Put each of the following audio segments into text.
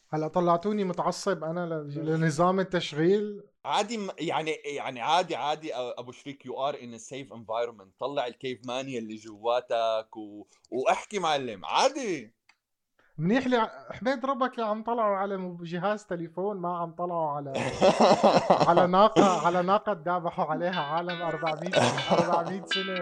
هلا طلعتوني متعصب انا لنظام التشغيل. عادي يعني عادي ابو شريك، يو ار ان سيف انفايرمنت. طلع الكيف مانيا اللي جواتك واحكي معلم عادي. منيح لي حميد ربك، يا عم طلعوا على جهاز تليفون، ما عم طلعوا على ناقة، على ناقة ذابحوا عليها عالم 400 سنة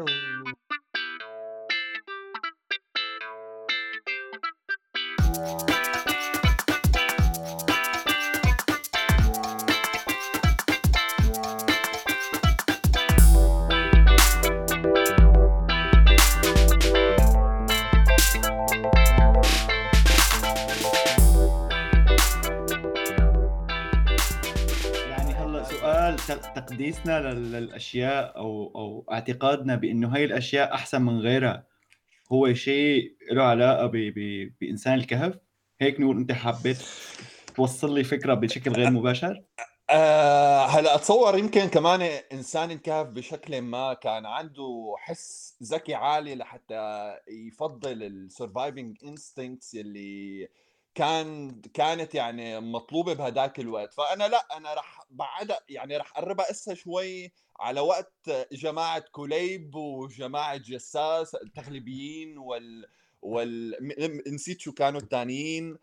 يعني هلا سؤال تقديسنا للاشياء او اعتقادنا بانه هاي الاشياء احسن من غيرها هو شيء له علاقه بانسان الكهف. هيك نور انت حبيت توصل لي فكره بشكل غير مباشر. هلا اتصور يمكن كمان انسان الكهف بشكل ما كان عنده حس ذكي عالي لحتى يفضل السرفايفنج انستنكتس اللي كانت يعني مطلوبه بهداك الوقت. فانا لا، انا رح بعدها يعني رح قربها اسا شوي على وقت جماعه كليب وجماعه جساس التغلبيين نسيت شو كانوا التانيين.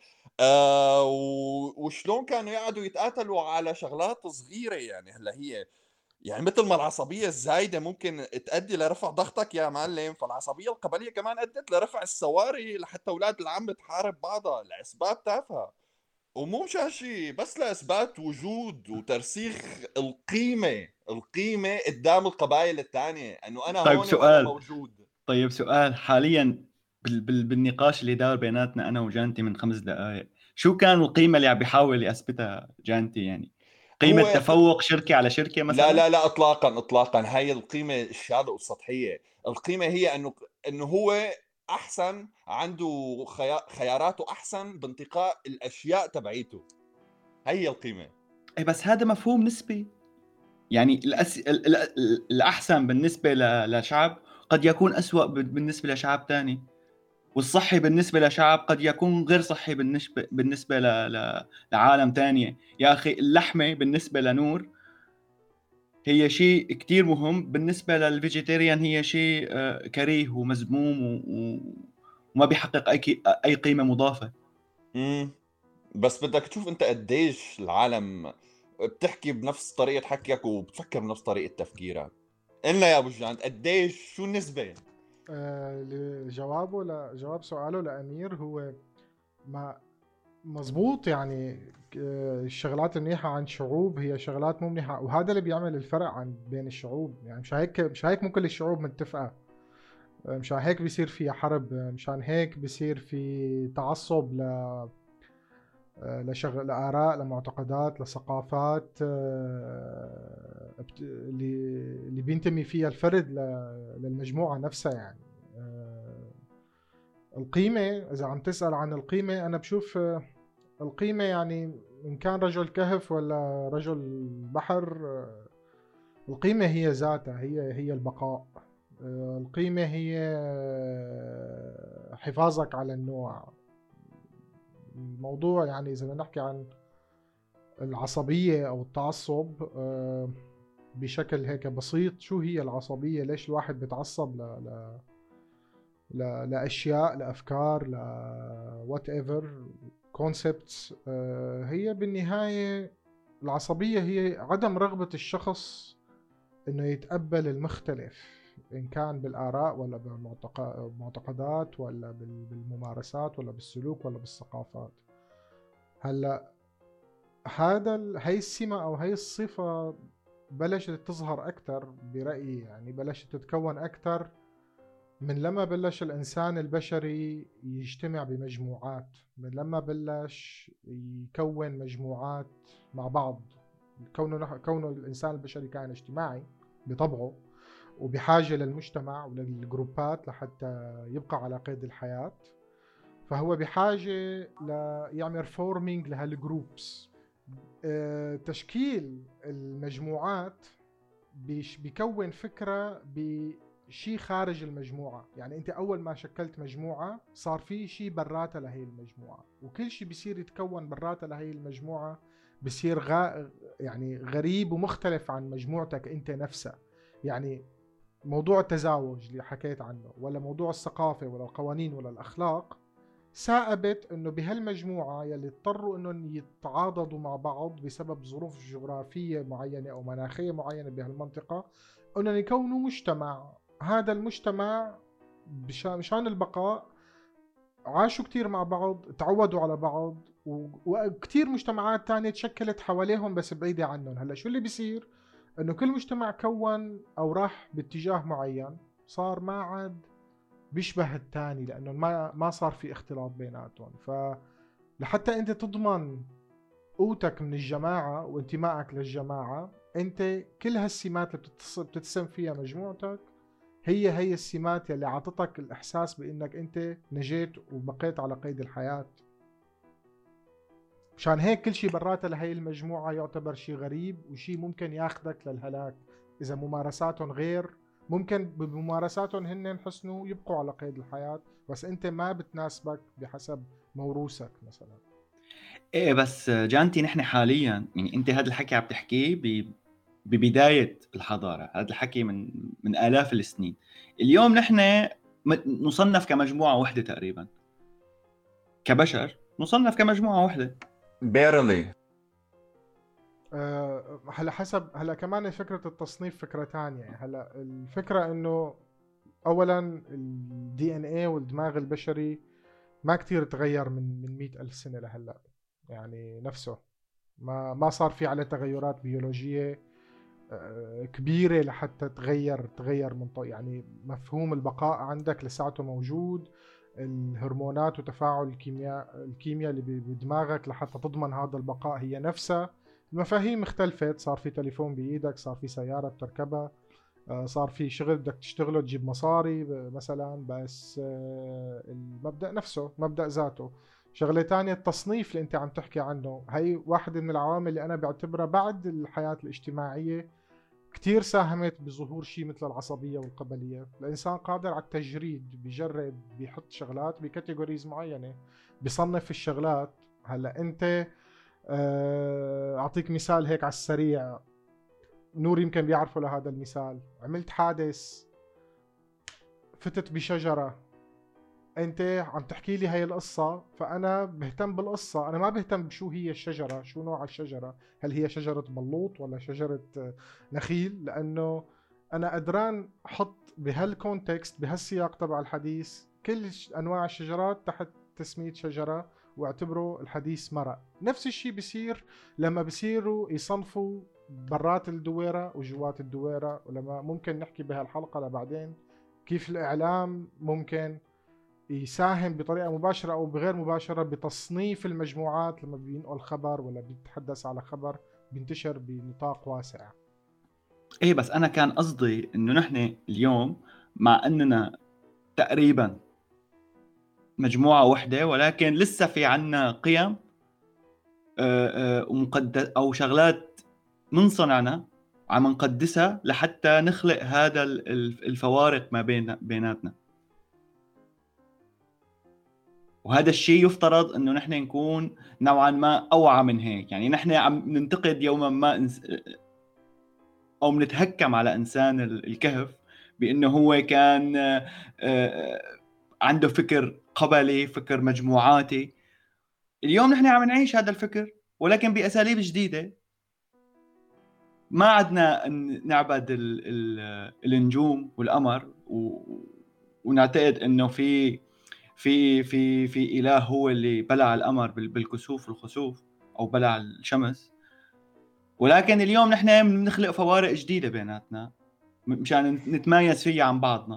وشلون كانوا يقعدوا يتقاتلوا على شغلات صغيرة. يعني هلا هي يعني مثل ما العصبية الزايدة ممكن تؤدي لرفع ضغطك يا معلم، فالعصبية القبلية كمان أدت لرفع السواري لحتى أولاد العم تحارب بعضها لأسباب تافهة، ومو مشان شي، بس لأسباب وجود وترسيخ القيمة قدام القبائل الثانية، إنه أنا طيب هون وأنا سؤال موجود. طيب سؤال حاليا بالنقاش اللي دار بيناتنا انا وجانتي من 5 دقائق، شو كان القيمه اللي عم بيحاول يثبتها جانتي؟ يعني قيمه هو تفوق شركه على شركه لا مثلا؟ لا لا، اطلاقا اطلاقا، هاي القيمه الشاذة والسطحيه. القيمه هي انه هو احسن، عنده خياراته احسن بانتقاء الاشياء تبعيته. هي القيمه. اي بس هذا مفهوم نسبي. يعني الأحسن بالنسبة لشعب قد يكون أسوأ بالنسبة لشعب تاني، والصحي بالنسبة لشعب قد يكون غير صحي بالنسبة لعالم تانية. يا أخي اللحمة بالنسبة لنور هي شيء كتير مهم، بالنسبة للفيجيتيريان هي شيء كريه ومذموم وما بيحقق أي قيمة مضافة. امم بس بدك تشوف انت قديش العالم بتحكي بنفس طريقه حكيك وبتفكر بنفس طريقه تفكيرك. قلنا يا ابو جان قديش، شو النسبه؟ جواب سؤاله لأمير هو ما مزبوط يعني. الشغلات المنيحة عند شعوب هي شغلات مو منيحة، وهذا اللي بيعمل الفرق بين الشعوب. يعني مش هيك مو كل الشعوب متفقة. مشان هيك بيصير في حرب، مشان هيك بيصير في تعصب لآراء، لمعتقدات، لثقافات اللي بينتمي فيها الفرد للمجموعة نفسها يعني. القيمة، إذا عم تسأل عن القيمة، أنا بشوف القيمة يعني إن كان رجل كهف ولا رجل بحر، القيمة هي ذاتها، هي البقاء. القيمة هي حفاظك على النوع. الموضوع يعني إذا بدنا نحكي عن العصبية أو التعصب بشكل هيك بسيط، شو هي العصبية؟ ليش الواحد بيتعصب لأشياء، لأفكار، وات ايفر كونسبتس؟ هي بالنهاية العصبية هي عدم رغبة الشخص انه يتقبل المختلف، ان كان بالاراء ولا بالمعتقدات ولا بالممارسات ولا بالسلوك ولا بالثقافات. هلا هي السمة او هي الصفة بلشت تظهر اكثر برأيي، يعني بلشت تتكون اكثر من لما بلش الإنسان البشري يجتمع بمجموعات، من لما بلش يكون مجموعات مع بعض. كونه الإنسان البشري كائن اجتماعي بطبعه، وبحاجة للمجتمع وللجروبات لحتى يبقى على قيد الحياة. فهو بحاجة يعمل فورمينج لهالجروبس. تشكيل المجموعات بيكون فكرة شيء خارج المجموعة. يعني انت اول ما شكلت مجموعة صار في شيء براتها لهي المجموعة، وكل شيء بيصير يتكون براتها لهي المجموعة بيصير يعني غريب ومختلف عن مجموعتك انت نفسها. يعني موضوع التزاوج اللي حكيت عنه، ولا موضوع الثقافة ولا القوانين ولا الأخلاق، ثابت انه بهالمجموعة يلي اضطروا انهم يتعاضدوا مع بعض بسبب ظروف جغرافية معينة او مناخية معينة بهالمنطقة، انهم يكونوا مجتمع. هذا المجتمع مشان البقاء عاشوا كتير مع بعض، تعودوا على بعض، وكتير مجتمعات تانية تشكلت حواليهم بس بعيدة عنهم. هلا شو اللي بيصير؟ انه كل مجتمع كون او راح باتجاه معين، صار ما عاد بيشبه الثاني لانه ما صار في اختلاط بيناتهم. فلحتى انت تضمن قوتك من الجماعة وانتمائك للجماعة، انت كل هالسمات اللي بتتسم فيها مجموعتك هي السمات اللي عطتك الاحساس بانك انت نجيت وبقيت على قيد الحياة. مشان هيك كل شيء براتها لهي المجموعة يعتبر شيء غريب وشيء ممكن ياخدك للهلاك اذا ممارساتهم غير. ممكن بممارساتهم هن حسنوا يبقوا على قيد الحياة، بس انت ما بتناسبك بحسب موروثك مثلا. ايه بس جانتي نحن حاليا، يعني انت هذا الحكي عم تحكيه ببداية الحضارة، هذا الحكي من آلاف السنين. اليوم نحن نصنف كمجموعة واحدة تقريبا، كبشر نصنف كمجموعة واحدة بيرلي. هلا حسب، هلا كمان فكرة التصنيف فكرة تانية. هلا الفكرة انه اولا الدي ان ايه والدماغ البشري ما كتير تغير من 100,000 سنة لهلا، يعني نفسه ما صار في عليه تغيرات بيولوجية كبيرة لحتى تغير من يعني مفهوم البقاء عندك لساعته موجود. الهرمونات وتفاعل الكيمياء اللي بدماغك لحتى تضمن هذا البقاء هي نفسها. المفاهيم اختلفت، صار في تليفون بإيدك، صار في سيارة بتركبها، صار في شغل بدك تشتغله تجيب مصاري مثلا، بس المبدأ نفسه، مبدأ ذاته. شغلة تانية التصنيف اللي انت عم تحكي عنه، هي واحدة من العوامل اللي انا بعتبرها بعد الحياة الاجتماعية كتير ساهمت بظهور شيء مثل العصبية والقبلية. الإنسان قادر على التجريد، بيجرب، بيحط شغلات بكاتيجوريز معينة، بيصنف الشغلات. هلا أنت أعطيك مثال هيك على السريع، نور يمكن بيعرفوا لهذا المثال. عملت حادث، فتت بشجرة، انت عم تحكي لي هاي القصة، فانا بهتم بالقصة، انا ما بهتم بشو هي الشجرة، شو نوع الشجرة، هل هي شجرة بلوط ولا شجرة نخيل، لانه انا قدران احط بهالكونتكست بهالسياق تبع الحديث كل انواع الشجرات تحت تسمية شجرة، واعتبره الحديث مرق. نفس الشيء بيصير لما بيصيروا يصنفوا برات الدويرة وجوات الدويرة. ولما ممكن نحكي بهالحلقة لبعدين كيف الإعلام ممكن يساهم بطريقة مباشرة أو بغير مباشرة بتصنيف المجموعات لما بينقل خبر ولا بيتحدث على خبر بينتشر بنطاق واسع. ايه بس انا كان قصدي انه نحن اليوم مع اننا تقريبا مجموعة واحدة، ولكن لسه في عنا قيم ومقدس او شغلات من صنعنا عم نقدسها لحتى نخلق هذا الفوارق ما بيناتنا. وهذا الشيء يفترض انه نحن نكون نوعا ما اوعى من هيك. يعني نحن عم ننتقد يوما ما او بنتهكم على انسان الكهف بانه هو كان عنده فكر قبلي، فكر مجموعاتي. اليوم نحن عم نعيش هذا الفكر ولكن باساليب جديده. ما عدنا نعبد النجوم والقمر ونعتقد انه في اله هو اللي بلع القمر بالكسوف والخسوف او بلع الشمس. ولكن اليوم نحن بنخلق فوارق جديده بيناتنا مشان نتميز فيها عن بعضنا.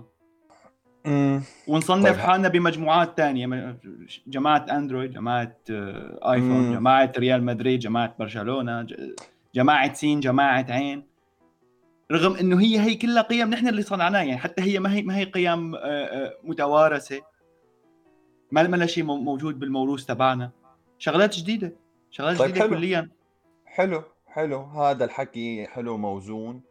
ونصنف حالنا بمجموعات تانية، جماعة اندرويد، جماعة ايفون، جماعة ريال مدريد، جماعة برشلونة، جماعة سين، جماعة عين، رغم انه هي كلها قيم نحن اللي صنعناها. يعني حتى هي ما هي قيم متوارثة، ما لها شيء موجود بالموروث تبعنا. شغلات جديدة، شغلات طيب جديدة حلو. كليا. حلو هذا الحكي، حلو موزون.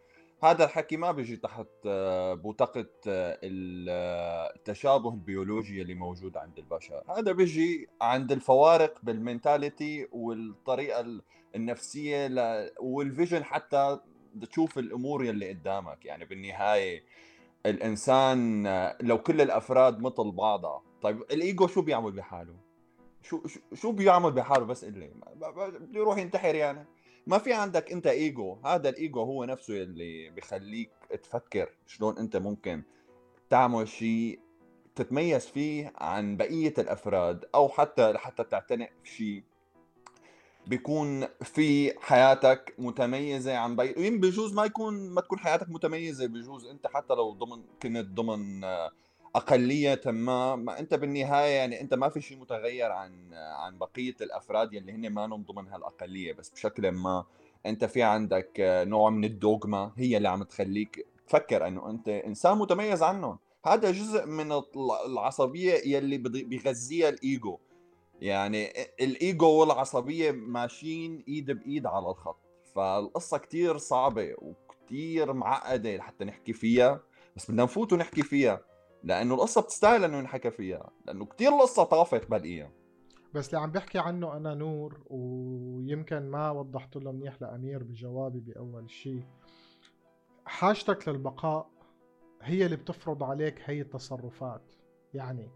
هذا الحكي ما بيجي تحت بوتقة التشابه البيولوجي اللي موجود عند البشر. هذا بيجي عند الفوارق بالمنتاليتي والطريقة النفسية والفيجن، حتى تشوف الأمور يلي قدامك. يعني بالنهاية الإنسان لو كل الأفراد مثل بعضها، طيب الإيجو شو بيعمل بحاله؟ شو بيعمل بحاله؟ بس اللي بده يروح ينتحر. يعني ما في عندك انت ايجو. هذا الايجو هو نفسه اللي بيخليك تفكر شلون انت ممكن تعمل شيء تتميز فيه عن بقية الافراد، او حتى تعتنق في شيء بيكون في حياتك متميزة عن بقية. بجوز ما تكون حياتك متميزة، بجوز انت حتى لو كنت ضمن أقلية ما أنت بالنهاية يعني أنت ما في شيء متغير عن بقية الأفراد يلي هن ما ضمن هالأقلية. بس بشكل ما أنت في عندك نوع من الدوغما هي اللي عم تخليك تفكر أنه أنت إنسان متميز عنهم. هذا جزء من العصبية يلي بيغذيها الإيجو. يعني الإيجو والعصبية ماشيين إيد بإيد على الخط. فالقصة كتير صعبة وكتير معقدة لحتى نحكي فيها، بس بدنا نفوت ونحكي فيها لانه القصه بتستاهل انه ينحكى فيها، لانه كتير القصه طافت بالقيه. بس اللي عم بحكي عنه انا نور، ويمكن ما وضحت له منيح لامير بجوابي باول شيء، حاجتك للبقاء هي اللي بتفرض عليك هي التصرفات. يعني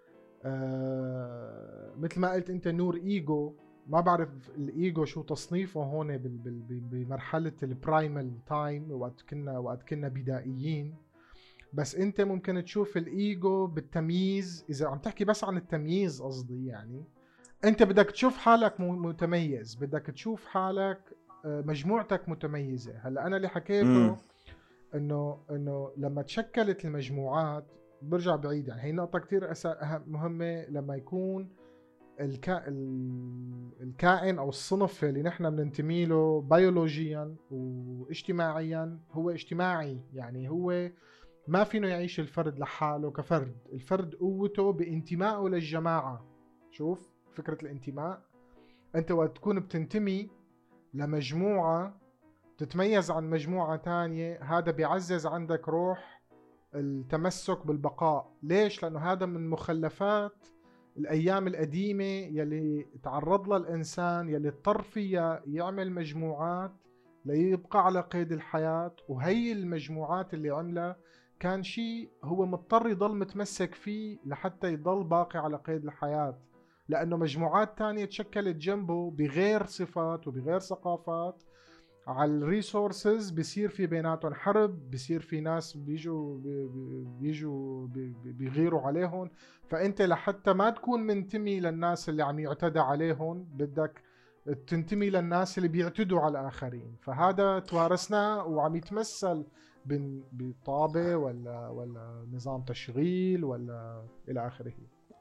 مثل ما قلت انت نور، ايجو ما بعرف الايجو شو تصنيفه هون بمرحله البرايمال تايم وقت كنا بدائيين. بس انت ممكن تشوف الايجو بالتمييز، اذا عم تحكي بس عن التمييز قصدي. يعني انت بدك تشوف حالك متميز، بدك تشوف حالك مجموعتك متميزة. هلا انا اللي حكيته انه لما تشكلت المجموعات، برجع بعيد، يعني هي نقطة كتير مهمة. لما يكون الكائن او الصنف اللي نحن بننتمي له بيولوجيا واجتماعيا هو اجتماعي، يعني هو ما فينه يعيش الفرد لحاله كفرد. الفرد قوته بانتمائه للجماعة. شوف فكرة الانتماء، انت وقت تكون بتنتمي لمجموعة تتميز عن مجموعة تانية، هذا بيعزز عندك روح التمسك بالبقاء. ليش؟ لأنه هذا من مخلفات الأيام القديمة يلي تعرض لها الإنسان، يلي اضطر فيها يعمل مجموعات ليبقى على قيد الحياة. وهي المجموعات اللي عملها كان شيء هو مضطر يضل متمسك فيه لحتى يضل باقي على قيد الحياة، لأنه مجموعات تانية تشكلت جنبه بغير صفات وبغير ثقافات على الريسورسز، بيصير في بيناتهم حرب، بيصير في ناس بيجوا بيغيروا عليهم. فانت لحتى ما تكون منتمي للناس اللي عم يعتدى عليهم، بدك تنتمي للناس اللي بيعتدوا على الآخرين. فهذا توارثناه وعم يتمثل بطابة ولا نظام تشغيل ولا إلى آخره.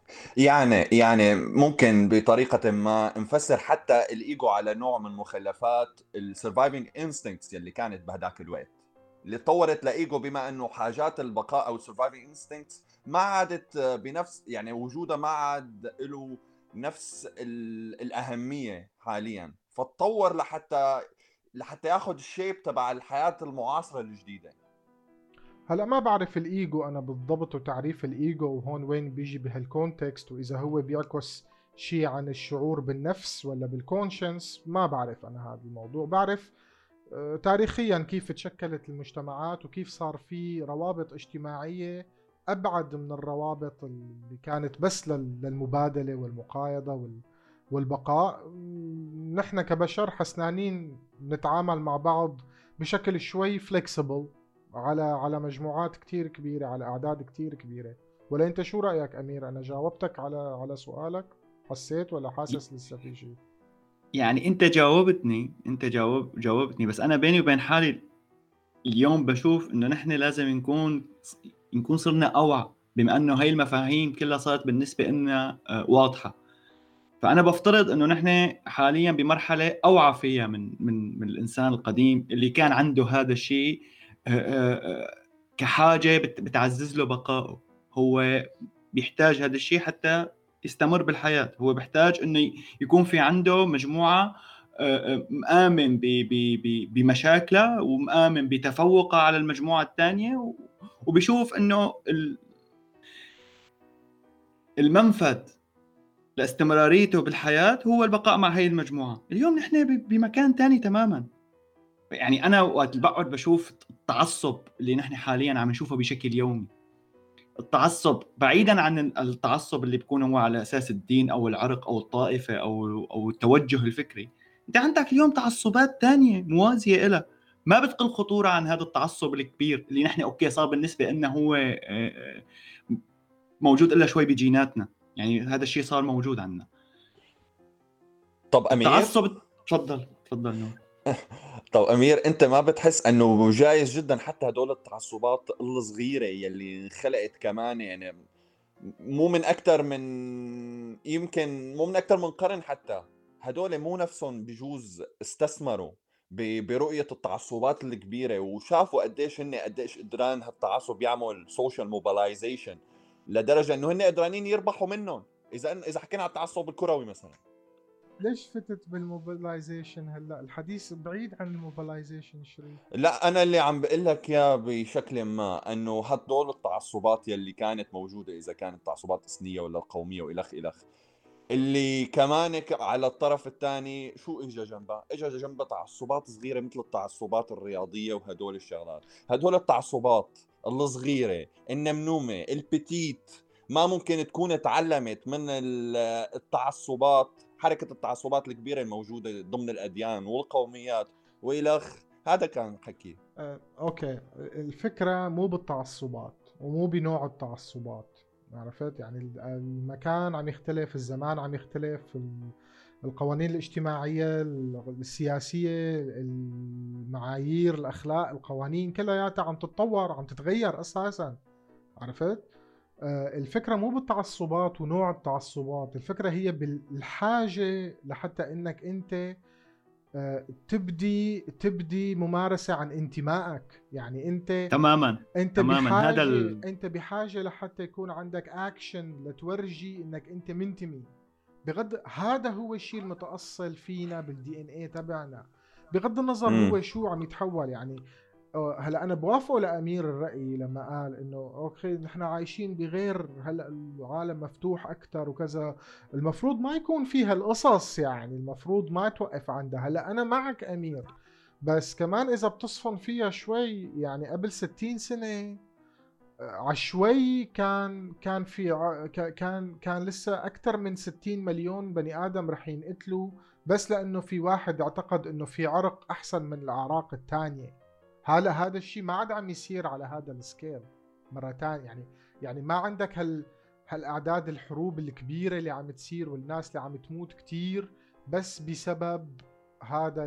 يعني ممكن بطريقة ما نفسر حتى الإيجو على نوع من مخلفات السرفايفنج انستنكتس اللي كانت بهداك الوقت، اللي تطورت لإيجو بما أنه حاجات البقاء أو السرفايفنج انستنكتس ما عادت بنفس، يعني وجودها ما عاد له نفس الأهمية حاليا، فتطور لحتى ياخذ الشيب تبع الحياة المعاصرة الجديدة. هلا ما بعرف الايجو انا بالضبط وتعريف الايجو وهون وين بيجي بهالكونتكست، واذا هو بيعكس شيء عن الشعور بالنفس ولا بالكونشنس، ما بعرف انا هذا الموضوع. بعرف تاريخيا كيف تشكلت المجتمعات وكيف صار في روابط اجتماعية ابعد من الروابط اللي كانت بس للمبادلة والمقايضة والبقاء. نحن كبشر حسنانين نتعامل مع بعض بشكل شوي فليكسبل على مجموعات كتير كبيرة، على أعداد كتير كبيرة. ولا أنت شو رأيك أمير؟ أنا جاوبتك على سؤالك، حسيت ولا حاسس لسه في شيء؟ يعني انت جاوبتني، بس انا بيني وبين حالي اليوم بشوف انه نحن لازم نكون صرنا اوعى، بما انه هاي المفاهيم كلها صارت بالنسبة لنا واضحة. فانا بفترض انه نحن حاليا بمرحلة اوعى فيها من الانسان القديم اللي كان عنده هذا الشيء كحاجة بتعزز له بقائه. هو بيحتاج هذا الشيء حتى يستمر بالحياة. هو بيحتاج انه يكون في عنده مجموعة مآمن بمشاكله ومآمن بتفوقه على المجموعة الثانية، وبيشوف إنه المنفذ لاستمراريته بالحياة هو البقاء مع هاي المجموعة. اليوم نحن بمكان تاني تماماً. يعني أنا وقت بقعد بشوف التعصب اللي نحن حالياً عم نشوفه بشكل يومي، التعصب بعيداً عن التعصب اللي بيكون هو على أساس الدين أو العرق أو الطائفة أو التوجه الفكري. أنت عندك اليوم تعصبات تانية موازية إلها ما بتقل خطورة عن هذا التعصب الكبير اللي نحن أوكي صار بالنسبة إنه هو موجود إلا شوي بجيناتنا. يعني هذا الشيء صار موجود عندنا. طب أمير، التعصب تفضل نور. طب أمير، أنت ما بتحس أنه جايز جدا حتى هدول التعصبات الصغيرة يلي خلقت كمان، يعني مو من أكتر من يمكن مو من أكتر من قرن حتى، هدول مو نفسهم بجوز استثمروا برؤية التعصبات الكبيرة وشافوا قديش قدران هالتعصب يعمل سوشيال موبيلايزيشن لدرجة أنه هن قدرانين يربحوا منهم. إذا حكينا على التعصب الكروي مثلا، ليش فتت بالموبيلايزيشن هلا؟ الحديث بعيد عن الموبيلايزيشن شريف. لا أنا اللي عم بقول لك يا بشكل ما أنه هدول التعصبات يلي كانت موجودة، إذا كانت تعصبات إثنية ولا القومية وإلخ اللي كمان على الطرف الثاني شو اجى جنبها تعصبات صغيره مثل التعصبات الرياضيه وهدول الشغلات. هدول التعصبات الصغيره النمنومه البتيت ما ممكن تكون تعلمت من التعصبات، حركه التعصبات الكبيره الموجوده ضمن الاديان والقوميات والخ. هذا كان حكي. اوكي، الفكره مو بالتعصبات ومو بنوع التعصبات، عرفت؟ يعني المكان عم يختلف، الزمان عم يختلف، القوانين الاجتماعية السياسية، المعايير، الأخلاق، القوانين كلها عم تتطور، عم تتغير أساسا، عرفت؟ الفكرة مو بالتعصبات ونوع التعصبات، الفكرة هي بالحاجة لحتى انك انت تبدي ممارسة عن انتمائك. يعني انت تماما بحاجة انت بحاجة لحتى يكون عندك اكشن لتورجي انك انت منتمي. هذا هو الشيء المتأصل فينا بالدي ان اي تبعنا، بغض النظر هو شو عم يتحول. يعني هلا انا بوافقه لامير الرأي لما قال انه اوكي نحن عايشين بغير، هلا العالم مفتوح اكثر وكذا، المفروض ما يكون فيها القصص، يعني المفروض ما توقف عندها. هلا انا معك امير، بس كمان اذا بتصفن فيها شوي، يعني قبل 60 سنة عشوي كان في كان لسه اكثر من 60 مليون بني ادم رح ينقتلوا بس لانه في واحد اعتقد انه في عرق احسن من الاعراق الثانيه. هذا الشيء ما عاد عم يصير على هذا السكيل مره ثانيه. يعني ما عندك هالاعداد الحروب الكبيره اللي عم تصير والناس اللي عم تموت كتير بس بسبب هذا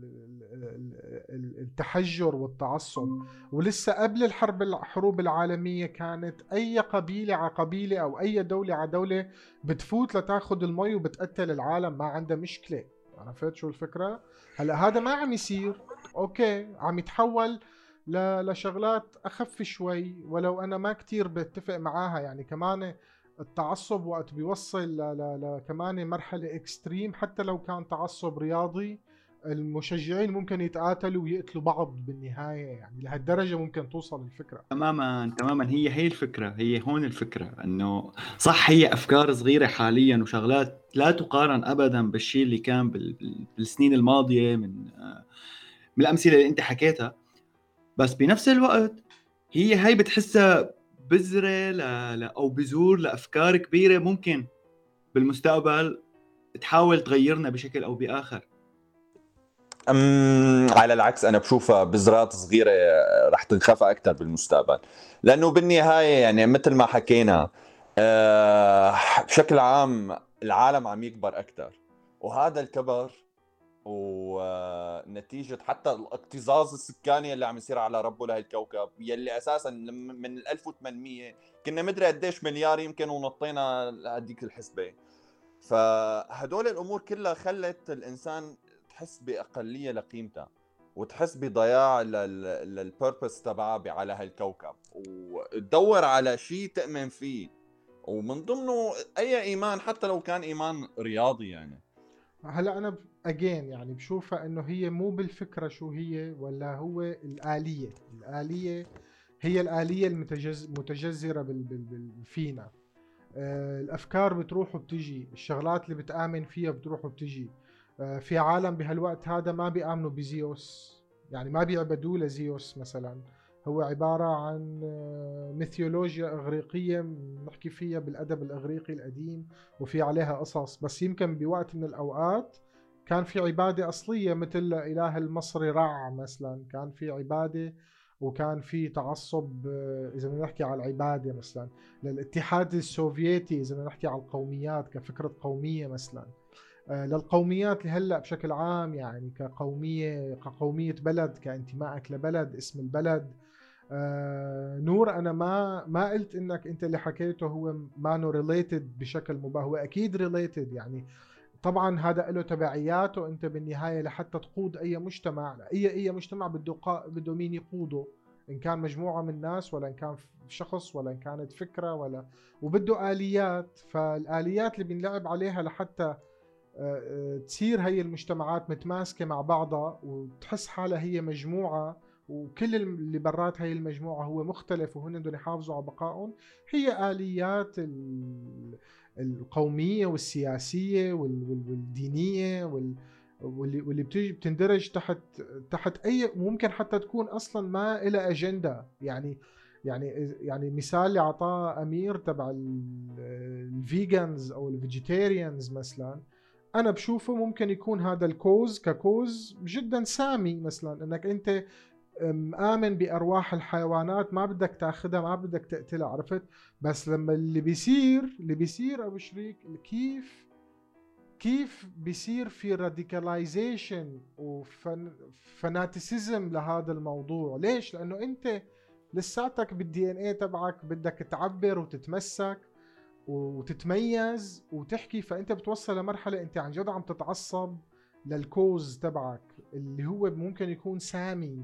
التحجر والتعصب. ولسه قبل الحروب العالمية كانت أي قبيلة على قبيلة أو أي دولة على دولة بتفوت لتاخد المي وبتقتل العالم، ما عندها مشكلة. عرفت شو الفكرة؟ هلا هذا ما عم يصير، أوكي عم يتحول لشغلات أخف شوي، ولو أنا ما كتير بتفق معاها. يعني كمان التعصب وقت بيوصل كمان مرحلة اكستريم، حتى لو كان تعصب رياضي المشجعين ممكن يتقاتلوا ويقتلوا بعض بالنهاية. يعني لهالدرجة ممكن توصل الفكرة. تماما هي الفكرة، هي هون الفكرة انه صح هي افكار صغيرة حاليا وشغلات لا تقارن ابدا بالشيء اللي كان بالسنين الماضية من الامثلة اللي انت حكيتها، بس بنفس الوقت هي بتحسها بذرة او بذور لافكار كبيرة ممكن بالمستقبل تحاول تغيرنا بشكل او باخر. على العكس أنا بشوفها بذرات صغيرة رح تنخفى أكثر بالمستقبل، لأنه بالنهاية يعني مثل ما حكينا بشكل عام العالم عم يكبر أكثر، وهذا الكبر ونتيجة حتى الاكتظاظ السكاني اللي عم يصير على ربه لهالكوكب، يلي أساسا من 1800 كنا مدري قديش مليار يمكن ونطينا هديك الحسبة. فهدول الأمور كلها خلت الإنسان تحس بأقلية لقيمتها وتحس بضياع للبيربس تبعها على هالكوكب، وتدور على شيء تؤمن فيه ومن ضمنه أي إيمان حتى لو كان إيمان رياضي. يعني هلا انا اجين يعني بشوفها انه هي مو بالفكره شو هي، ولا هو الاليه هي الاليه المتجذره فينا. الافكار بتروح وبتجي، الشغلات اللي بتامن فيها بتروح وبتجي. في عالم بهالوقت هذا ما بيامنوا بزيوس، يعني ما بيعبدوا لزيوس مثلا. هو عبارة عن ميثولوجيا إغريقية نحكي فيها بالأدب الإغريقي القديم، وفي عليها قصص. بس يمكن بوقت من الأوقات كان في عبادة أصلية، مثل الإله المصري رع مثلا، كان في عبادة وكان في تعصب. إذا بدنا نحكي على العبادة مثلا للاتحاد السوفيتي، إذا بدنا نحكي على القوميات كفكرة قومية مثلا، للقوميات اللي هلا بشكل عام، يعني كقومية بلد، كانتمائك لبلد، اسم البلد. نور، انا ما قلت انك انت اللي حكيته هو ما نو ريليتد بشكل مباشر، هو اكيد ريليتد يعني. طبعا هذا له تبعياته، انت بالنهايه لحتى تقود اي مجتمع، اي مجتمع بده مين يقوده، ان كان مجموعه من الناس، ولا ان كان شخص، ولا ان كانت فكره، ولا وبده اليات. فالاليات اللي بنلعب عليها لحتى تصير هي المجتمعات متماسكة مع بعضها وتحس حالها هي مجموعة، وكل اللي برات هي المجموعة هو مختلف وهن بدهم يحافظوا على بقائهم. هي آليات القومية والسياسية والدينية واللي بتيجي بتندرج تحت أي، ممكن حتى تكون أصلا ما إلها أجندة. يعني مثال اللي عطاه أمير تبع الفيجنز أو الفيجيتيريانز مثلا، انا بشوفه ممكن يكون هذا الكوز ككوز جدا سامي، مثلا انك انت مآمن بارواح الحيوانات، ما بدك تاخذها، ما بدك تقتلها، عرفت؟ بس لما اللي بيصير ابو شريك، كيف بيصير في راديكاليزيشن وفاناتيسيزم لهذا الموضوع. ليش؟ لانه انت لساتك بالدي ان ايه تبعك بدك تعبر وتتمسك وتتميز وتحكي. فانت بتوصل لمرحله انت عن جد عم تتعصب للكوز تبعك اللي هو ممكن يكون سامي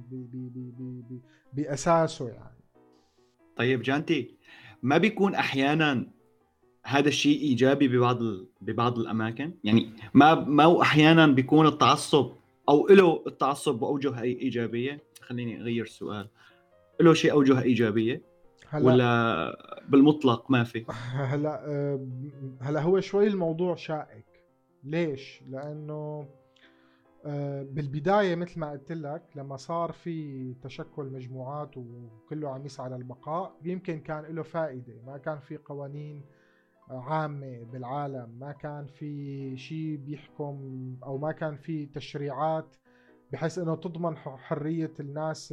باساسه يعني. طيب جانتي، ما بيكون احيانا هذا الشيء ايجابي ببعض الاماكن؟ يعني ما هو احيانا بيكون التعصب او له التعصب باوجه ايجابيه؟ خليني اغير السؤال، له شيء اوجه ايجابيه هلا ولا بالمطلق ما في؟ هلا هو شوي الموضوع شائك. ليش؟ لانه بالبداية مثل ما قلت لك، لما صار في تشكل مجموعات وكله عم يسعى للبقاء، يمكن كان له فائدة. ما كان في قوانين عامة بالعالم، ما كان في شيء بيحكم، أو ما كان في تشريعات بحيث أنه تضمن حرية الناس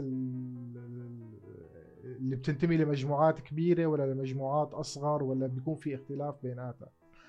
اللي بتنتمي لمجموعات كبيرة ولا لمجموعات أصغر، ولا بيكون في اختلاف بيناتها.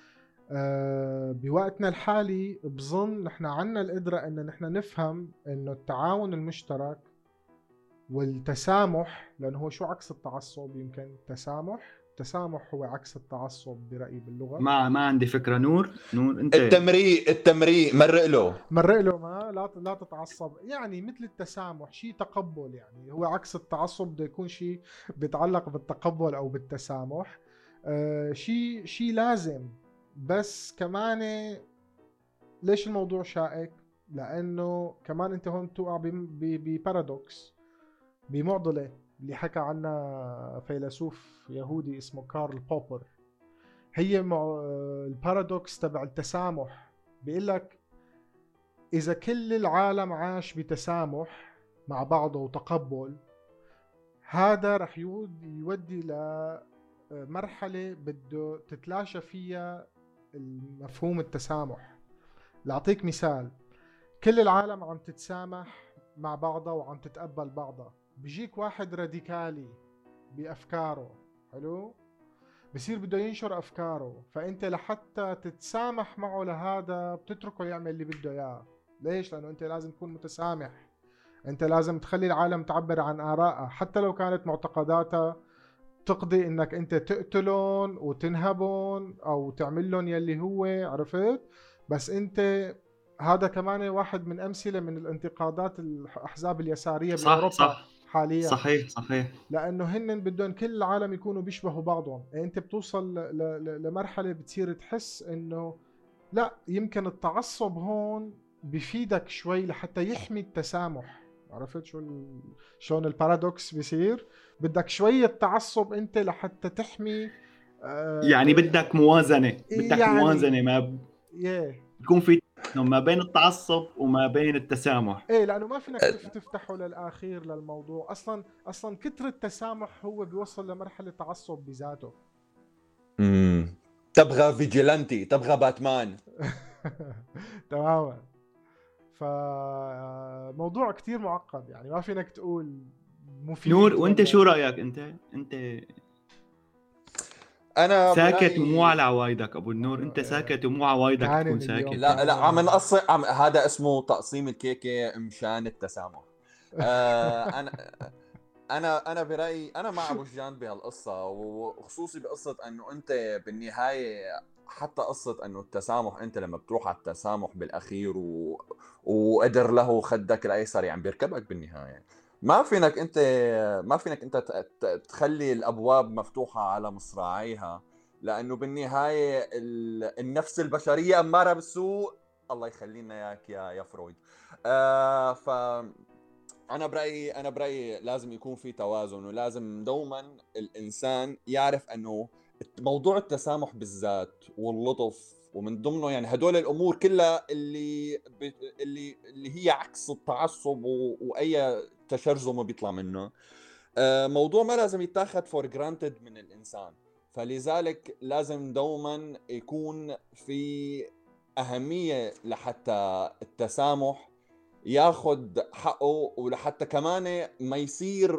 بوقتنا الحالي بظن نحن عنا القدرة ان نحن نفهم انه التعاون المشترك والتسامح، لانه هو شو عكس التعصب؟ يمكن التسامح هو عكس التعصب برأيي باللغة. ما عندي فكره. نور انت التمريء مرق له، ما لا تتعصب، يعني مثل التسامح شيء تقبل، يعني هو عكس التعصب، بده يكون شيء بيتعلق بالتقبل او بالتسامح. شيء لازم. بس كمان ليش الموضوع شائك؟ لانه كمان انت هون توقع ببارادوكس، بمعضله اللي حكى عنها فيلسوف يهودي اسمه كارل بوبر. هي البارادوكس تبع التسامح. بيقول لك اذا كل العالم عاش بتسامح مع بعضه وتقبل، هذا رح يودي لمرحله بده تتلاشى فيها المفهوم التسامح. لأعطيك مثال، كل العالم عم تتسامح مع بعضها وعم تتقبل بعضها، بيجيك واحد راديكالي بأفكاره، حلو، بصير بده ينشر أفكاره، فأنت لحتى تتسامح معه لهذا بتتركه يعمل اللي بده إياه. ليش؟ لأنه أنت لازم تكون متسامح، أنت لازم تخلي العالم تعبر عن آرائها حتى لو كانت معتقداتها تقضي انك انت تقتلهم وتنهبهم او تعمل لهم يلي هو، عرفت؟ بس انت هذا كمان واحد من امثله من الانتقادات الاحزاب اليساريه باوروبا صح حاليا، صحيح. لانه هن بدهم كل العالم يكونوا بيشبهوا بعضهم. انت بتوصل لمرحله بتصير تحس انه لا يمكن التعصب هون بيفيدك شوي لحتى يحمي التسامح. عرفت شلون البارادوكس بيصير؟ بدك شوية تعصب انت لحتى تحمي يعني بدك موازنة، بدك موازنة، يعني ما ايه يكون في ما بين التعصب وما بين التسامح. ايه، لانه ما فينك تفتحه للاخير للموضوع. اصلا كتر التسامح هو بيوصل لمرحلة تعصب بذاته. تبغى فيجيلانتي، تبغى باتمان. تماما. فموضوع كتير معقد، يعني ما فينك تقول مفيد. نور، وانت ولا شو رأيك؟ انت انا ساكت ومو برايي على عوايدك ابو النور، انت ساكت ومو عوايدك كان تكون اليوم ساكت. لا عم نقص، هذا اسمه تقسيم الكيكه مشان التسامح. انا برايي انا مع ابو جان بهالقصه، وخصوصي بقصه انه انت بالنهايه حتى قصه انه التسامح، انت لما بتروح على التسامح بالاخير وقدر له خدك الايسر، يعني بيركبك بالنهايه. ما فينك انت تخلي الابواب مفتوحه على مصراعيها، لانه بالنهايه النفس البشريه اماره بالسوء. الله يخلينا اياك يا فرويد. ف انا برايي لازم يكون في توازن، ولازم دوما الانسان يعرف انه موضوع التسامح بالذات واللطف، ومن ضمنه يعني هدول الامور كلها اللي هي عكس التعصب واي تشرذم بيطلع منه. موضوع ما لازم يتاخد فور جرانتد من الانسان. فلذلك لازم دوما يكون في اهميه لحتى التسامح ياخد حقه، ولحتى كمان ما يصير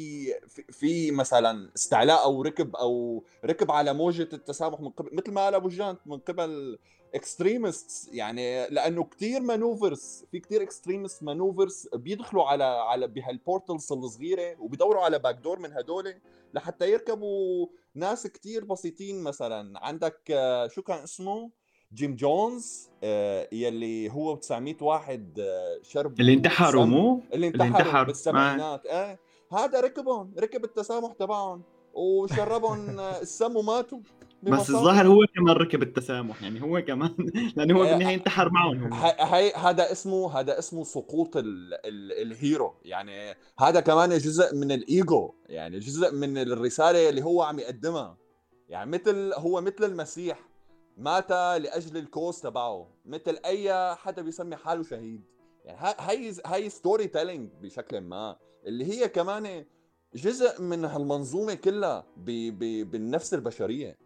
في مثلا استعلاء او ركب على موجة التسامح من قبل، مثل ما قال ابو جان، من قبل اكستريمستس. يعني لانه كتير مانوفرز، في كتير اكستريمست مانوفرز بيدخلوا على بهالبورتلز الصغيره، وبيدوروا على باك دور من هدول لحتى يركبوا ناس كتير بسيطين. مثلا عندك شو كان اسمه، جيم جونز، يلي هو 900 واحد اللي شربوا انتحروا، سم، مو اللي اللي انتحروا انتحر بالسبعينات. هذا ركب التسامح تبعهم وشربهم السم وماتوا بس ببساطة. الظاهر هو كمان ركب التسامح، يعني هو كمان لانه هو آه، بالنهايه انتحر معهم هو. هي هذا اسمه سقوط الهيرو. يعني هذا كمان جزء من الايجو، يعني جزء من الرسالة اللي هو عم يقدمها. يعني مثل المسيح مات لاجل الكوز تبعه، مثل اي حدا بيسمي حاله شهيد. يعني هاي ستوري تيلينج بشكل ما، اللي هي كمان جزء من هالمنظومة كلها بالنفس البشرية.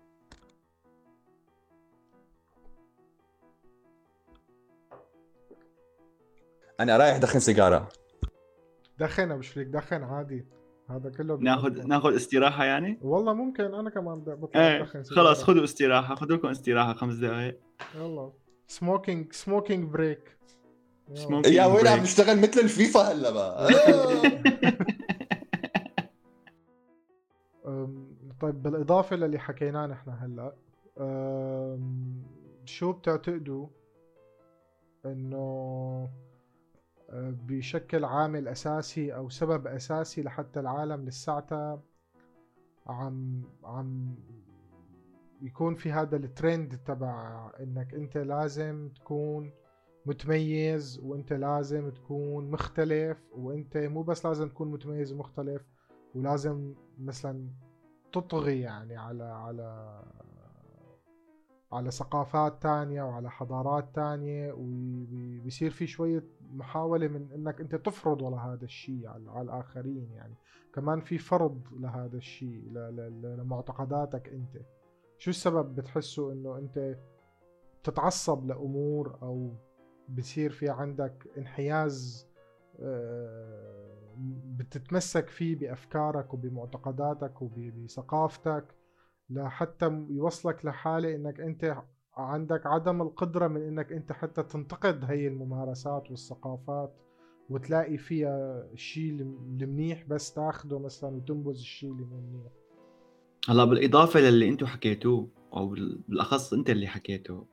انا رايح دخن سيجارة. دخن مش فيك دخن عادي، هذا كله ناخذ استراحه يعني. والله ممكن انا كمان بطلع ايه ادخن سيجاره. خلاص، خذوا استراحه، خذوا لكم استراحه 5 دقائق. يلا سموكينج بريك. يا ويلي عم بريك. نشتغل مثل الفيفا هلا بقى. طيب بالاضافه للي حكيناه نحن هلا، شو بتعتقدوا انه بشكل عامل اساسي او سبب اساسي لحتى العالم لساعتها عم يكون في هذا الترند تبع انك انت لازم تكون متميز، وانت لازم تكون مختلف، وانت مو بس لازم تكون متميز ومختلف، ولازم مثلا تطغي يعني على ثقافات تانية وعلى حضارات تانية، وبيصير في شوية محاولة من انك انت تفرض على هذا الشيء على الاخرين. يعني كمان في فرض لهذا الشيء لمعتقداتك انت. شو السبب بتحسوا انه انت تتعصب لامور، او بصير في عندك انحياز بتتمسك فيه بافكارك وبمعتقداتك وبثقافتك، لحتى يوصلك لحالة انك انت عندك عدم القدرة من انك انت حتى تنتقد هي الممارسات والثقافات وتلاقي فيها الشيء المنيح بس تاخده مثلا وتنبذ الشيء اللي مو منيح؟ هلا بالاضافه للي انتم حكيتوه، او بالاخص انت اللي حكيته،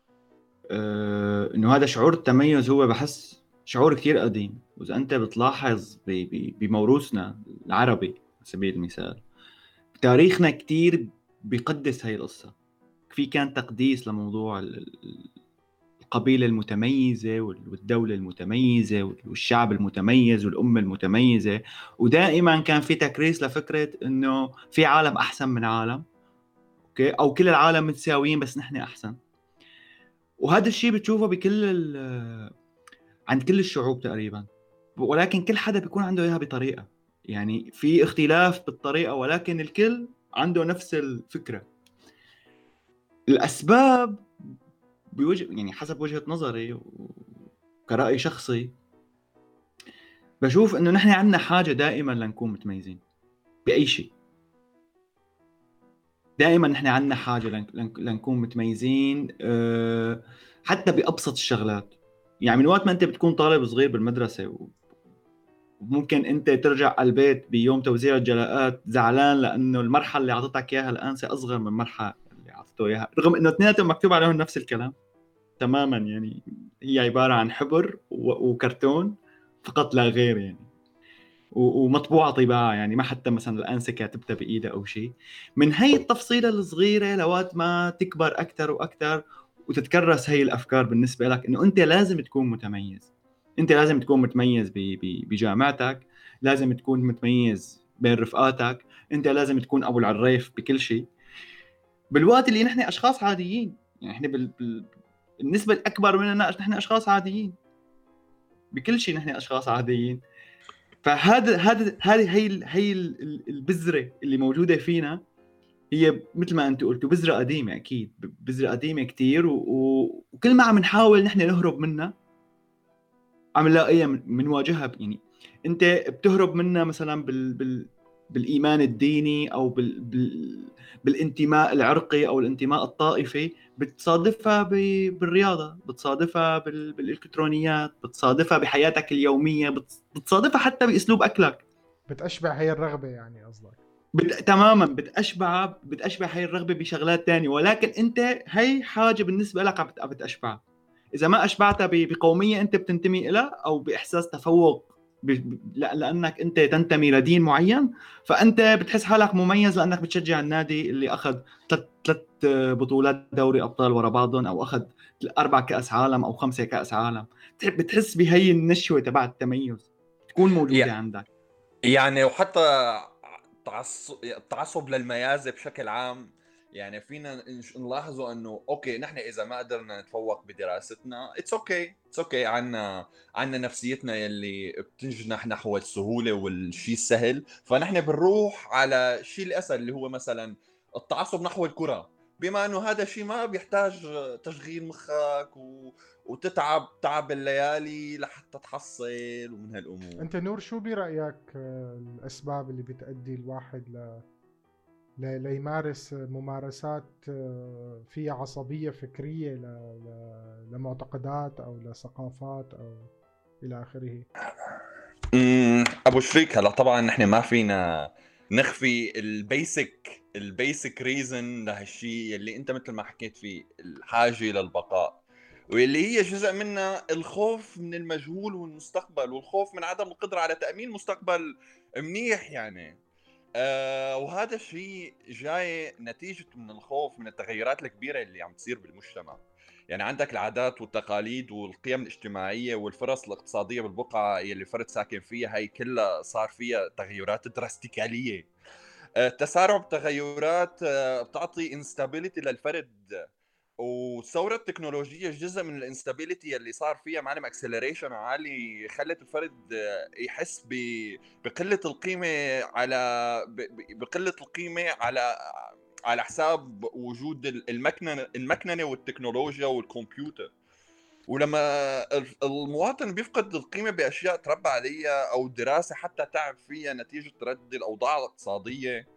انه هذا شعور التميز هو بحس شعور كتير قديم. واذا انت بتلاحظ بموروثنا العربي على سبيل المثال، تاريخنا كتير بيقدس هاي القصة. في كان تقديس لموضوع القبيلة المتميزة والدولة المتميزة والشعب المتميز والأمة المتميزة، ودائما كان في تكريس لفكرة إنه في عالم أحسن من عالم، أوكي، أو كل العالم متساويين بس نحن أحسن. وهذا الشيء بتشوفه عند كل الشعوب تقريبا، ولكن كل حدا بيكون عنده إياها بطريقة، يعني في اختلاف بالطريقة ولكن الكل عنده نفس الفكرة. الأسباب يعني حسب وجهة نظري وكرأي شخصي، بشوف إنه نحن عندنا حاجة دائما لنكون متميزين بأي شيء. دائما نحن عندنا حاجة لنكون متميزين، حتى بأبسط الشغلات. يعني من وقت ما أنت بتكون طالب صغير بالمدرسة وممكن أنت ترجع على البيت بيوم توزيع الجلاءات زعلان لأنه المرحلة اللي عطتك إياها الآنسة أصغر من المرحلة اللي عطته إياها، رغم إنه اثنيناتهم مكتوب عليهم نفس الكلام تماما. يعني هي عبارة عن حبر وكرتون فقط لا غير، يعني ومطبوعة طباعة، يعني ما حتى مثلا الآنسة كاتبتها بإيدها أو شيء. من هاي التفصيلة الصغيرة لوقت ما تكبر أكتر وأكتر وتتكرس هاي الأفكار بالنسبة لك إنه أنت لازم تكون متميز. أنت لازم تكون متميز بجامعتك، لازم تكون متميز بين رفقاتك، أنت لازم تكون أبو العريف بكل شيء، بالوقت اللي نحن أشخاص عاديين. يعني نحن النسبة الأكبر مننا نحن أشخاص عاديين بكل شيء، نحن أشخاص عاديين. هذه هي البذرة اللي موجودة فينا، هي مثل ما أنت قلتوا بذرة قديمة، أكيد بذرة قديمة كتير، وكل ما عم نحاول نحن نهرب منها عم نلاقيها منواجهها. يعني أنت بتهرب منها مثلا بالإيمان الديني أو بالانتماء العرقي أو الانتماء الطائفي، بتصادفها بالرياضة، بتصادفها بالإلكترونيات، بتصادفها بحياتك اليومية، بتصادفها حتى بأسلوب أكلك. بتأشبع هي الرغبة يعني قصدك؟ تماما بتأشبع هاي الرغبة بشغلات تانية، ولكن أنت هاي حاجة بالنسبة لك عم بتأشبعها. إذا ما أشبعتها بقومية أنت بتنتمي إلها أو بإحساس تفوق لأنك أنت تنتمي لدين معين، فأنت بتحس حالك مميز لأنك بتشجع النادي اللي أخذ 3 بطولات دوري أبطال ورا بعضهم، أو أخذ 4 كأس عالم أو 5 كأس عالم. بتحس بهي النشوة تبع التميز تكون موجودة عندك. يعني وحتى التعصب للميازة بشكل عام، يعني فينا نلاحظوا انه اوكي نحن اذا ما قدرنا نتفوق بدراستنا اتس اوكي عنا نفسيتنا يلي بتنجنح نحو السهولة والشيء السهل، فنحن بنروح على الشيء الاسهل اللي هو مثلا التعصب نحو الكرة، بما انه هذا الشيء ما بيحتاج تشغيل مخك وتتعب تعب الليالي لحتى تحصل ومن هالامور. انت نور شو برأيك الاسباب اللي بتؤدي الواحد ليمارس ممارسات فيها عصبية فكرية لمعتقدات او لثقافات او الى اخره؟ ابو شريك، هلا طبعا نحن ما فينا نخفي البيسك ريزن لهالشيء اللي انت مثل ما حكيت فيه، الحاجه للبقاء، واللي هي جزء منها الخوف من المجهول والمستقبل، والخوف من عدم القدره على تامين مستقبل منيح يعني. وهذا الشيء جاي نتيجه من الخوف من التغيرات الكبيره اللي عم تصير بالمجتمع. يعني عندك العادات والتقاليد والقيم الاجتماعية والفرص الاقتصادية بالبقعة اللي الفرد ساكن فيها، هي كلها صار فيها تغيرات دراستيكالية. تسارع بتغيرات بتعطي انستابيليتي للفرد، والثورة التكنولوجية جزء من الانستابيليتي اللي صار فيها معلم اكسلريشن عالي، خلت الفرد يحس بقلة القيمة بقلة القيمة على حساب وجود المكننة والتكنولوجيا والكمبيوتر. ولما المواطن بيفقد القيمة بأشياء تربى عليها أو دراسة حتى تعب فيها نتيجة تردي الأوضاع الاقتصادية،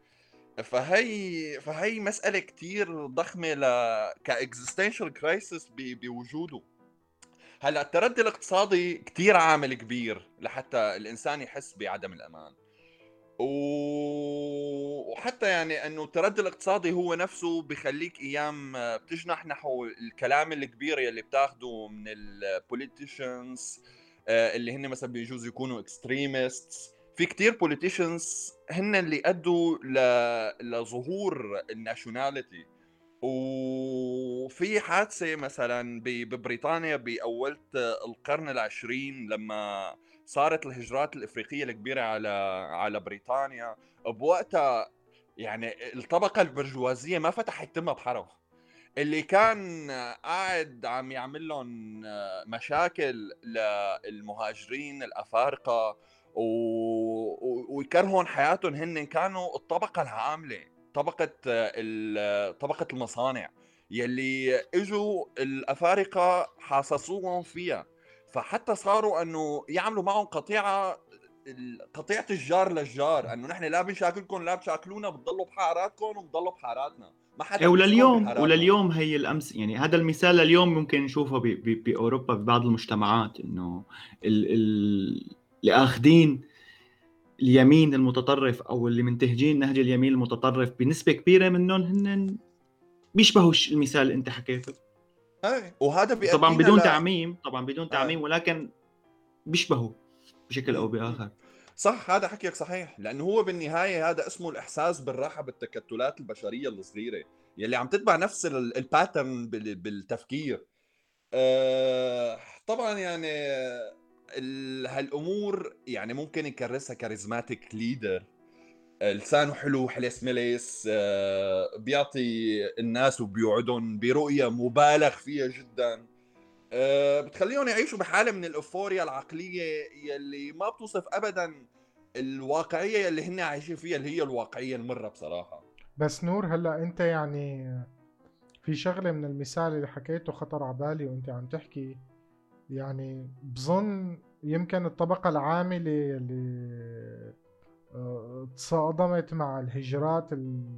فهي مسألة كتير ضخمة كاكزيستنشال كرايسيس بوجوده. هلا التردي الاقتصادي كتير عامل كبير لحتى الإنسان يحس بعدم الأمان، وحتى يعني انه التردي الاقتصادي هو نفسه بخليك ايام بتجنح نحو الكلام الكبير يلي بتاخده من البوليتيشنز اللي هن مثلا بيجوز يكونوا اكستريميست. في كتير بوليتيشنز هن اللي ادوا لظهور الناشوناليتي، وفي حادثة مثلا ببريطانيا بأولة القرن العشرين لما صارت الهجرات الإفريقية الكبيرة على بريطانيا. بوقتها يعني الطبقة البرجوازية ما فتحت تمها بحرف. اللي كان قاعد عم يعمل لهم مشاكل للمهاجرين الأفارقة ويكرهون حياتهم هن كانوا الطبقة العاملة، طبقة المصانع يلي اجوا الأفارقة حاصصوهم فيها. فحتى صاروا انه يعملوا معهم قطيعة الجار للجار، انه نحن لا بنشاكلكم لا بشاكلونا، بتضلوا بحاراتكم وبتضلوا بحاراتنا، ما حدا بيدخلون بحاراتنا. ولليوم هي الامس، يعني هذا المثال لليوم ممكن نشوفه باوروبا ببعض المجتمعات، انه اللي اخذين اليمين المتطرف او اللي منتهجين نهج اليمين المتطرف بنسبه كبيره منهم هن بيشبهوا المثال اللي انت حكيته. وهذا بيأدينا طبعا بدون تعميم، ولكن بيشبهوا بشكل او باخر. صح، هذا حكيك صحيح، لانه هو بالنهايه هذا اسمه الاحساس بالراحه بالتكتلات البشريه الصغيره يلي عم تتبع نفس الباترن بالتفكير. طبعا يعني هالامور يعني ممكن يكرسها كاريزماتيك ليدر، لسانه حلو حليس مليس، بيعطي الناس وبيوعدهم برؤيه مبالغ فيها جدا، بتخليهم يعيشوا بحاله من الاوفوريا العقليه يلي ما بتوصف ابدا الواقعيه اللي هن عايشين فيها، اللي هي الواقعيه المره بصراحه. بس نور، هلا انت يعني في شغله من المثال اللي حكيته خطر على بالي وانت عم تحكي. يعني بظن يمكن الطبقه العامله اللي تصادمت مع الهجرات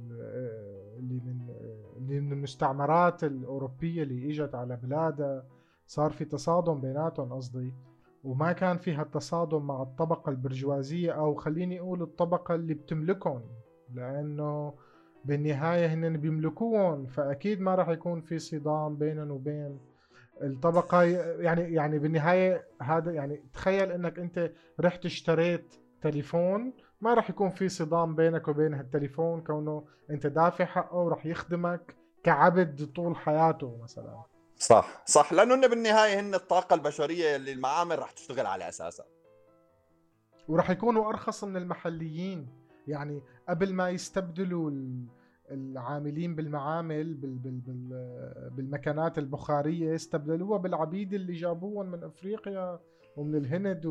اللي من المستعمرات الأوروبية اللي إجت على بلادها، صار في تصادم بيناتهم قصدي، وما كان في هالتصادم مع الطبقة البرجوازية، أو خليني أقول الطبقة اللي بتملكهم، لأنه بالنهاية هن بيملكوهم، فأكيد ما راح يكون في صدام بينهم وبين الطبقة. يعني بالنهاية هذا، يعني تخيل انك انت رحت اشتريت تليفون، ما راح يكون في صدام بينك وبين هالتليفون كونه انت دافع حقه وراح يخدمك كعبد طول حياته مثلا. صح، لانه بالنهايه هن الطاقه البشريه اللي المعامل راح تشتغل على اساسها، وراح يكونوا ارخص من المحليين. يعني قبل ما يستبدلوا العاملين بالمعامل بالمكانات البخارية، استبدلوها بالعبيد اللي جابوهم من افريقيا ومن الهند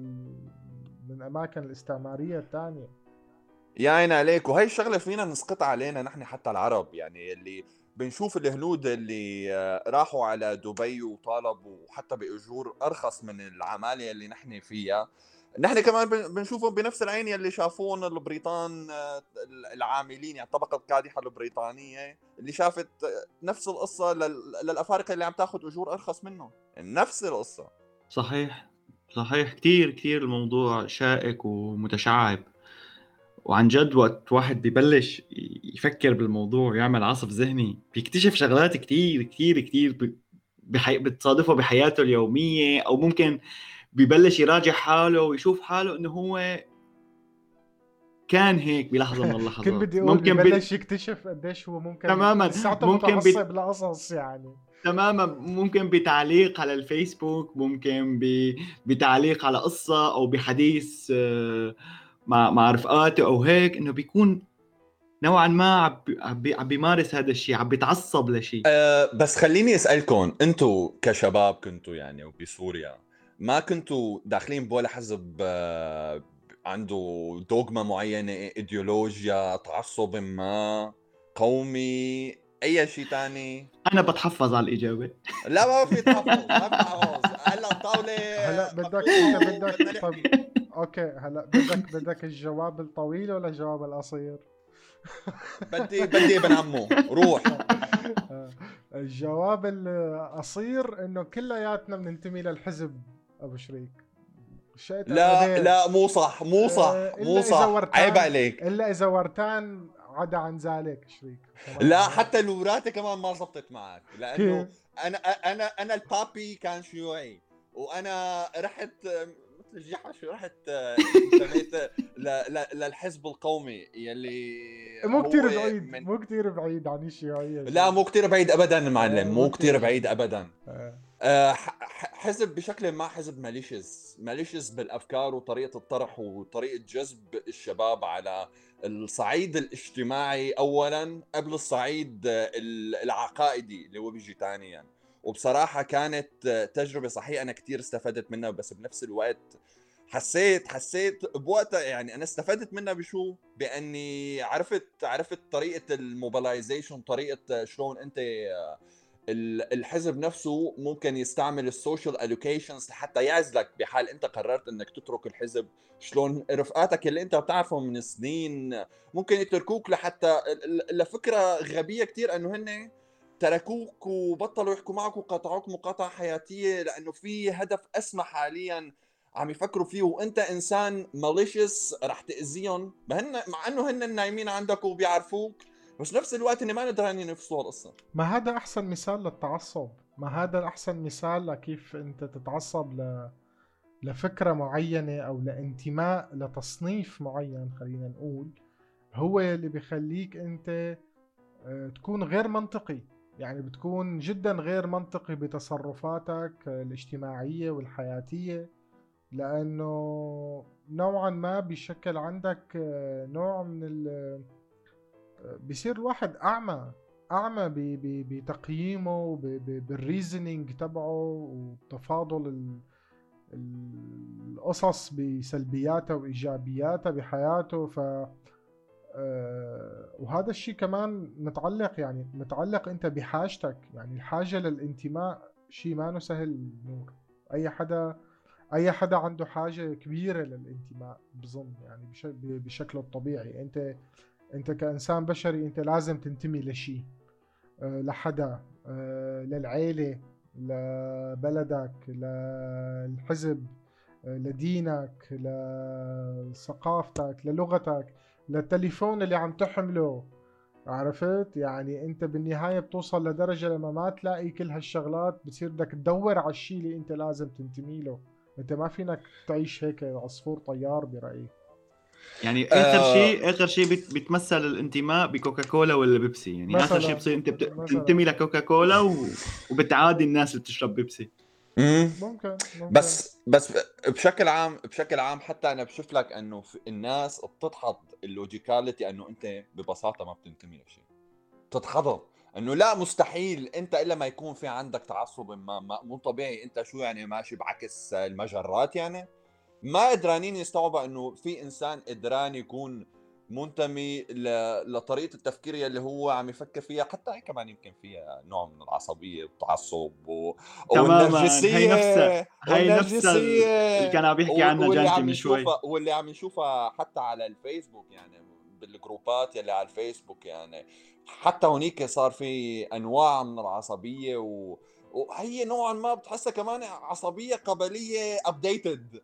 من اماكن الاستعمارية الثانية. يا عين عليك. وهي الشغله فينا نسقط علينا نحن حتى العرب، يعني اللي بنشوف الهنود اللي راحوا على دبي وطالبوا حتى باجور ارخص من العماله اللي نحن فيها، نحن كمان بنشوفهم بنفس العين يلي شافون البريطان، العاملين، يعني الطبقه الكادحه البريطانيه اللي شافت نفس القصه للافارقه اللي عم تاخذ اجور ارخص منهم، نفس القصه. صحيح كتير الموضوع شائك ومتشعب، وعن جد وقت واحد بيبلش يفكر بالموضوع ويعمل عصف ذهني بيكتشف شغلات كتير بتصادفه بحياته اليومية، أو ممكن بيبلش يراجع حاله ويشوف حاله إنه هو كان هيك بلحظة من اللحظات. كنت بدي أقول ببلش يكتشف قديش هو ممكن تماما لساته متعصب لقصص، يعني تماما ممكن بتعليق على الفيسبوك، ممكن بتعليق على قصة أو بحديث مع رفقاته أو هيك، إنه بيكون نوعا ما عم بيمارس هذا الشيء، عم بيتعصب لشيء. بس خليني اسالكم، انتوا كشباب كنتوا يعني وبسوريا ما كنتوا داخلين بولا حزب عنده دوغما معينه، ايديولوجيا، تعصب ما قومي، اي شيء تاني؟ انا بتحفظ على الاجابه. لا ما في تحفظ، هلا الطاوله هلا بدك انت بدك طب اوكي، هلا بدك الجواب الطويل ولا الجواب القصير؟ بدي ابن عمو روح. الجواب القصير انه كلياتنا بننتمي للحزب ابو شريك. لا مو صح عيب عليك. الا اذا ورتان عدا عن ذلك شريك. لا حتى الوراثه كمان ما زبطت معك، لانه انا البابي كان شيوعي، وانا رحت مثل الجحا شو رحت انتميت للحزب القومي يلي مو هو كتير بعيد، من مو كتير بعيد عن الشيوعية. لا مو كتير بعيد ابدا معلم، مو مو كتير كتير بعيد ابدا. آه. حزب بشكل ما حزب ماليشيس بالافكار وطريقه الطرح وطريقه جذب الشباب على الصعيد الاجتماعي اولا قبل الصعيد العقائدي اللي هو بيجي ثانيا يعني. وبصراحه كانت تجربه صحيح انا كتير استفدت منها، بس بنفس الوقت حسيت بوقتها يعني انا استفدت منها بشو؟ باني عرفت طريقه الموبلايزيشن، طريقه شلون انت الحزب نفسه ممكن يستعمل السوشيال الوكيشنز لحتى يعزلك بحال انت قررت انك تترك الحزب. شلون رفقاتك اللي انت بتعرفهم من سنين ممكن يتركوك لحتى لفكره غبيه كتير انه هن تركوك وبطلوا يحكوا معك وقاطعوك مقاطعه حياتيه لانه في هدف اسمى حاليا عم يفكروا فيه، وانت انسان ماليشيس رح تاذيهم مع انه هن نايمين عندك وبيعرفوك، بس نفس الوقت اني ما قدران ينفسوا هالقصه. ما هذا احسن مثال للتعصب، ما هذا احسن مثال لكيف انت تتعصب لفكرة معينة او لانتماء لتصنيف معين خلينا نقول، هو اللي بيخليك انت تكون غير منطقي. يعني بتكون جدا غير منطقي بتصرفاتك الاجتماعية والحياتية، لأنه نوعا ما بيشكل عندك نوع من بيصير الواحد أعمى بتقييمه بالريزنينج تبعه وتفاضل القصص بسلبياتها وإيجابياتها بحياته. وهذا الشيء كمان متعلق انت بحاجتك. يعني الحاجة للانتماء شيء ما سهل نور. اي حدا عنده حاجة كبيرة للانتماء بظن، يعني بشكله الطبيعي. انت كإنسان بشري انت لازم تنتمي لشيء، لحدا، للعيلة، لبلدك، للحزب، لدينك، لثقافتك، للغتك، للتليفون اللي عم تحمله. عرفت؟ يعني انت بالنهاية بتوصل لدرجة لما ما تلاقي كل هالشغلات بتصير بدك تدور على الشيء اللي انت لازم تنتمي له. انت ما فينك تعيش هيك عصفور طيار برأيي. يعني اخر شيء بتمثل الانتماء بكوكاكولا ولا بيبسي. يعني اخر شيء بصير انت بتنتمي لكوكاكولا وبتعادي الناس اللي بتشرب بيبسي. ممكن. بس بشكل عام حتى انا بشوف لك انه الناس بتدحض اللوجيكاليتي انه انت ببساطه ما بتنتمي لشيء، بتدحضها انه لا مستحيل انت الا ما يكون في عندك تعصب ما مو طبيعي. انت شو يعني ماشي بعكس المجرات؟ يعني ما قدرانين يستوعبوا انه في انسان قدران يكون منتمي لطريقه التفكير اللي هو عم يفكر فيها. حتى هي كمان يمكن فيها نوع من العصبيه والتعصب تماما. والنرجسيه هي نفسها اللي كان عم بيحكي عنها جانتي من شوي، واللي عم نشوفها حتى على الفيسبوك، يعني بالجروبات يلي على الفيسبوك. يعني حتى هونيك صار في انواع من العصبيه وهي نوعا ما بتحسها كمان عصبيه قبليه ابديتد.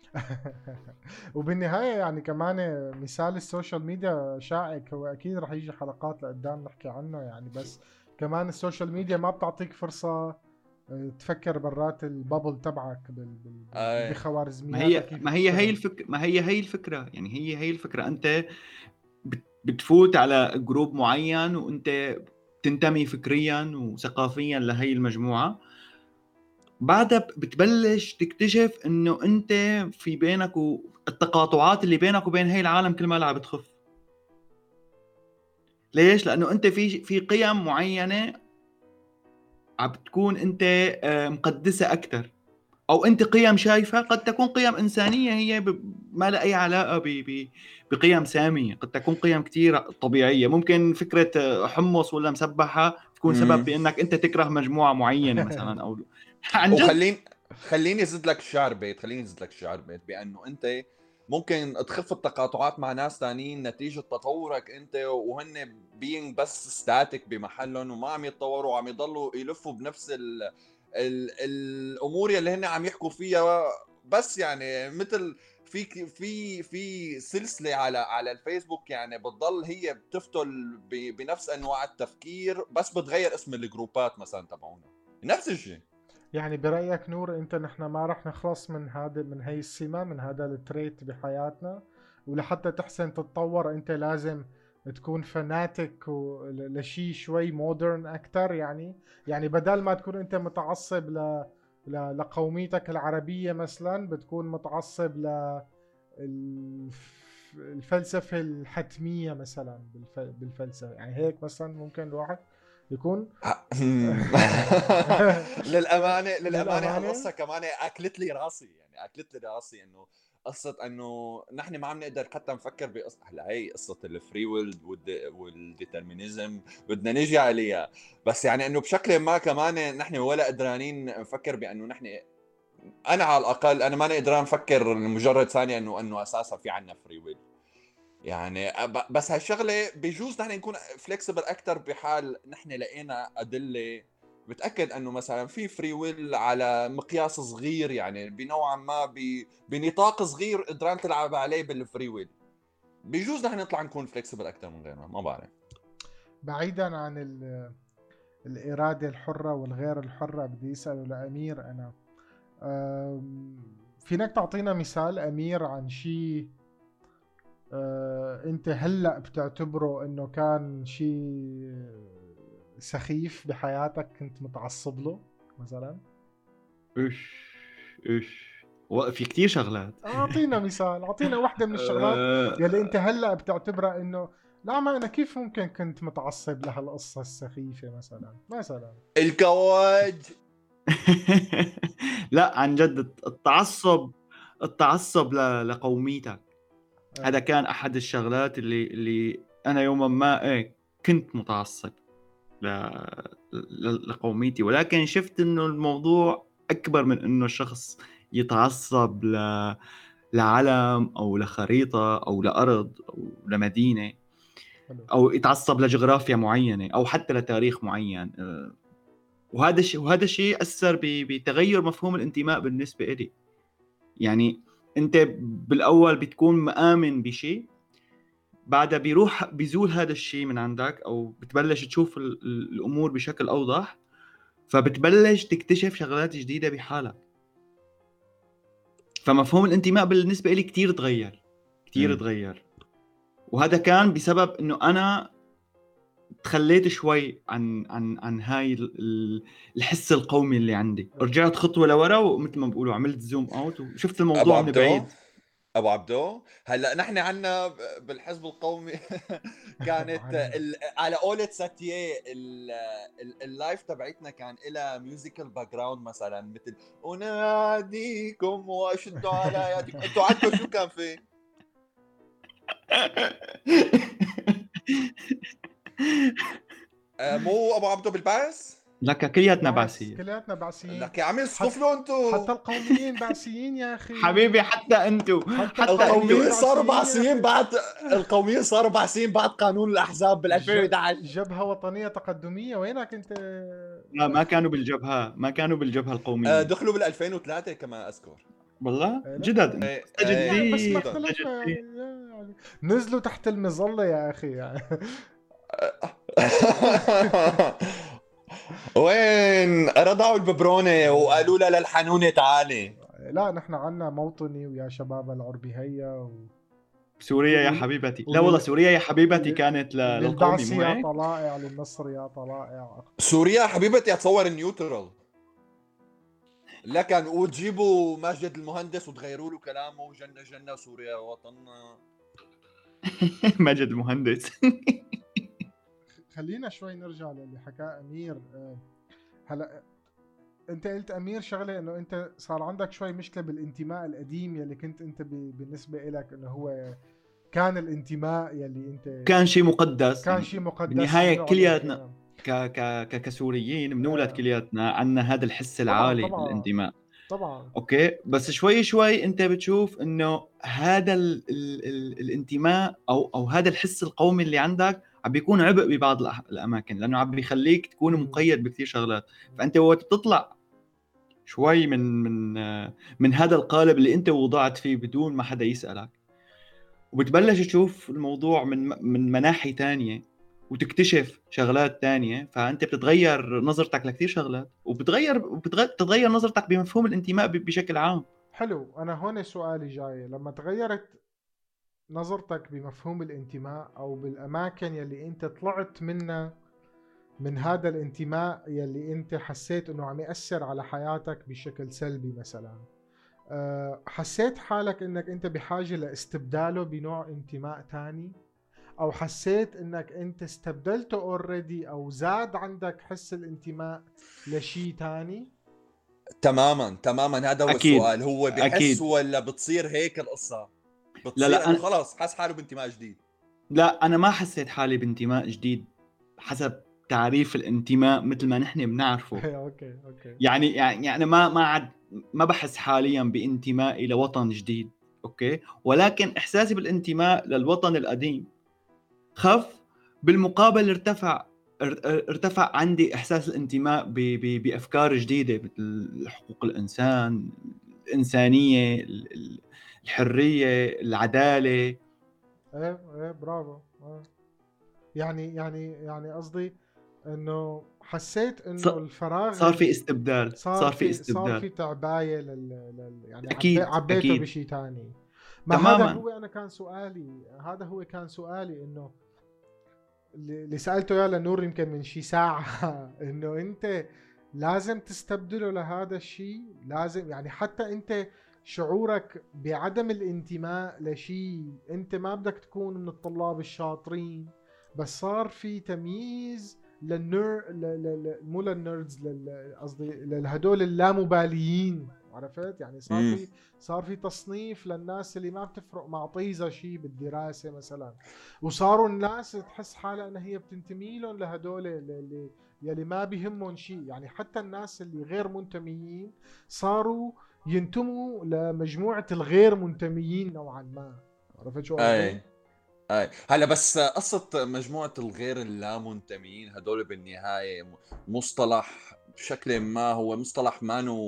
وبالنهاية يعني كمان مثال السوشيال ميديا شائك، هو أكيد رح يجي حلقات لقدام نحكي عنه يعني. بس كمان السوشيال ميديا ما بتعطيك فرصة تفكر برات البابل تبعك بخوارزمياتك. ما هي هي الفكرة. يعني هي الفكرة. أنت بتفوت على جروب معين وأنت تنتمي فكريا وثقافيا لهي المجموعة، بعدها بتبلش تكتشف انه انت في بينك التقاطعات اللي بينك وبين هاي العالم كل ما عم بتخف. ليش؟ لانه انت في قيم معينة عم بتكون انت مقدسة اكثر، او انت قيم شايفها قد تكون قيم انسانية هي ما لها اي علاقة بقيم سامية. قد تكون قيم كتير طبيعية. ممكن فكرة حمص ولا مسبحة تكون سبب بانك انت تكره مجموعة معينة مثلا او عن جد. خليني ازيد لك الشعر بيت بانه انت ممكن تخف التقاطعات مع ناس تانيين نتيجة تطورك انت، وهن بين بس ستاتيك بمحلهم وما عم يتطوروا وعم يضلوا يلفوا بنفس الامور اللي هن عم يحكوا فيها. بس يعني مثل في سلسله على الفيسبوك، يعني بتضل هي بتفتل بنفس انواع التفكير، بس بتغير اسم الجروبات مثلا تبعونا، نفس الشيء. يعني برأيك نور انت نحن ما رح نخلص من هاي السمة، من هذا التريت بحياتنا، ولحتى تحسن تتطور انت لازم تكون فناتك لشي شوي مودرن اكتر، يعني بدل ما تكون انت متعصب لقوميتك العربية مثلا، بتكون متعصب الفلسفة الحتمية مثلا بالفلسفة، يعني هيك مثلا ممكن الواحد يكون للامانه للأمانة. هالقصه كمان اكلت لي راسي انه قصه انه نحن ما عم نقدر حتى نفكر بقصه. هلا هي قصه الفري ويل والديترمينيزم بدنا نيجي عليها، بس يعني انه بشكل ما كمان نحن ولا قدرانين نفكر بانه نحن، انا على الاقل انا ما قدران نفكر لمجرد ثانيه انه اساسا في عنا فري ويل. يعني بس هالشغله بيجوز نحن نكون فليكسبل اكثر بحال نحن لقينا ادله بتاكد انه مثلا في فري ويل على مقياس صغير، يعني بنوعا ما بنطاق صغير قدران تلعب عليه بالفري ويل، بيجوز نحن نطلع نكون فليكسبل اكثر من غيرنا، ما بعرف. بعيدا عن الإرادة الحرة والغير الحرة، بدي أسأله لأمير أنا، فينك تعطينا مثال أمير عن شيء أنت هلأ بتعتبره أنه كان شيء سخيف بحياتك كنت متعصب له مثلا؟ ايش في كتير شغلات. أعطينا مثال، أعطينا واحدة من الشغلات يلي أنت هلأ بتعتبرها أنه لا، ما أنا كيف ممكن كنت متعصب لهالقصة السخيفة مثلا الكواج. لا عن جد التعصب لقوميتك، هذا كان احد الشغلات اللي انا يوما ما كنت متعصب لقوميتي، ولكن شفت انه الموضوع اكبر من انه الشخص يتعصب لعلم او لخريطة او لارض او لمدينة، او يتعصب لجغرافيا معينة او حتى لتاريخ معين. وهذا الشيء اثر بتغير مفهوم الانتماء بالنسبة لي. يعني انت بالاول بتكون مآمن بشيء، بعدها بيزول هذا الشيء من عندك، او بتبلش تشوف الامور بشكل اوضح، فبتبلش تكتشف شغلات جديدة بحالك. فمفهوم الانتماء بالنسبة لي كتير تغير. وهذا كان بسبب انه انا تخليت شوي عن هاي الحس القومي اللي عندي، رجعت خطوة لورا ومثل ما بقولوا عملت زوم اوت وشفت الموضوع من بعيد. ابو عبدو هلا نحن عنا بالحزب القومي كانت على قولة ساتيه اللايف تبعتنا كان لها ميوزيكال باك جراوند، مثلا مثل اناديكم واشدوا على يدكم. انتوا عندكم شو كان في؟ مو ابو عبدو بالباس؟ لك كلياتنا بعسية، كلياتنا بعسيين لك يا عمي اسقفلوا انتوا، حتى القوميين بعسيين يا اخي حبيبي حتى انتوا القوميين صاروا بعسيين بعد القوميين صاروا بعسيين بعد قانون الاحزاب بال 2011. جبهة وطنية تقدمية، وينك انت؟ ما كانوا بالجبهة القومية، دخلوا بال 2003 كما اذكر والله جدد. بس ما اختلفنا يعني نزلوا تحت المظلة يا اخي يعني. وين رضعوا الببرونة وقالوا لها للحنونة تعالي؟ لا نحن عنا موطني ويا شباب العربي هيا سوريا يا حبيبتي. لا والله سوريا يا حبيبتي كانت للقومي، مو يا هيك؟ طلائع للنصر يا طلائع. سوريا حبيبتي اتصور النيوترال، لكن وتجيبوا ماجد المهندس وتغيروا له كلامه جنة جنة سوريا وطننا. ماجد المهندس. خلينا شوي نرجع للي حكاه أمير. هلا انت قلت أمير شغله انه انت صار عندك شوي مشكله بالانتماء القديم يلي كنت انت بالنسبه لك انه هو كان الانتماء يلي انت كان شيء مقدس، كان شيء مقدس بالنهايه كلياتنا كسوريين بنولد كلياتنا عندنا هذا الحس العالي بالانتماء طبعا. اوكي، بس شوي انت بتشوف انه هذا الانتماء او هذا الحس القومي اللي عندك عم بيكون عبء ببعض الاماكن، لانه عم بيخليك تكون مقيد بكثير شغلات. فانت وقت بتطلع شوي من هذا القالب اللي انت وضعت فيه بدون ما حدا يسألك، وبتبلش تشوف الموضوع من مناحي تانية، وتكتشف شغلات تانية، فأنت بتتغير نظرتك لكثير شغلات، بتتغير نظرتك بمفهوم الانتماء بشكل عام. حلو. أنا هون سؤالي جاي، لما تغيرت نظرتك بمفهوم الانتماء أو بالأماكن يلي أنت طلعت منها، من هذا الانتماء يلي أنت حسيت أنه عم يأثر على حياتك بشكل سلبي مثلا، حسيت حالك أنك أنت بحاجة لاستبداله بنوع انتماء تاني، أو حسيت أنك أنت استبدلته اوريدي أو زاد عندك حس الانتماء لشيء تاني؟ تماما هذا هو أكيد السؤال. هو بحس أكيد. ولا بتصير هيك القصة؟ لا بتصير لا انه أنا خلاص حس حاله بانتماء جديد. لا أنا ما حسيت حالي بانتماء جديد حسب تعريف الانتماء مثل ما نحن بنعرفه. اوكي. يعني ما بحس حاليا بانتمائي لوطن جديد، اوكي، ولكن احساسي بالانتماء للوطن القديم خف، بالمقابل ارتفع عندي احساس الانتماء بافكار جديده مثل حقوق الانسان، الانسانيه، الحريه، العداله. ايه برافو. يعني قصدي انه حسيت انه ص- الفراغ صار في اللي استبدال، صار صار في صار استبدال. في تعباية يعني اكيد عبيته اكيد بشيء تاني. ما هذا تماما. هو كان سؤالي انه اللي سألته يا لنور يمكن من شي ساعة انه انت لازم تستبدله لهذا الشيء، لازم يعني حتى انت شعورك بعدم الانتماء لشيء، انت ما بدك تكون من الطلاب الشاطرين، بس صار في تمييز مو للنيردز، قصدي لهدول اللامباليين، عرفت يعني؟ امم صار في تصنيف للناس اللي ما بتفرق مع طيزة شيء بالدراسة مثلا، وصاروا الناس تحس حالها انها هي بتنتمي لهم لهدول اللي يلي ما بيهمهم شيء. يعني حتى الناس اللي غير منتميين صاروا ينتموا لمجموعة الغير منتميين نوعا ما. عرفت شو قصدي؟ اي هلا بس قصة مجموعة الغير اللامنتميين هدول بالنهاية مصطلح بشكل ما هو مصطلح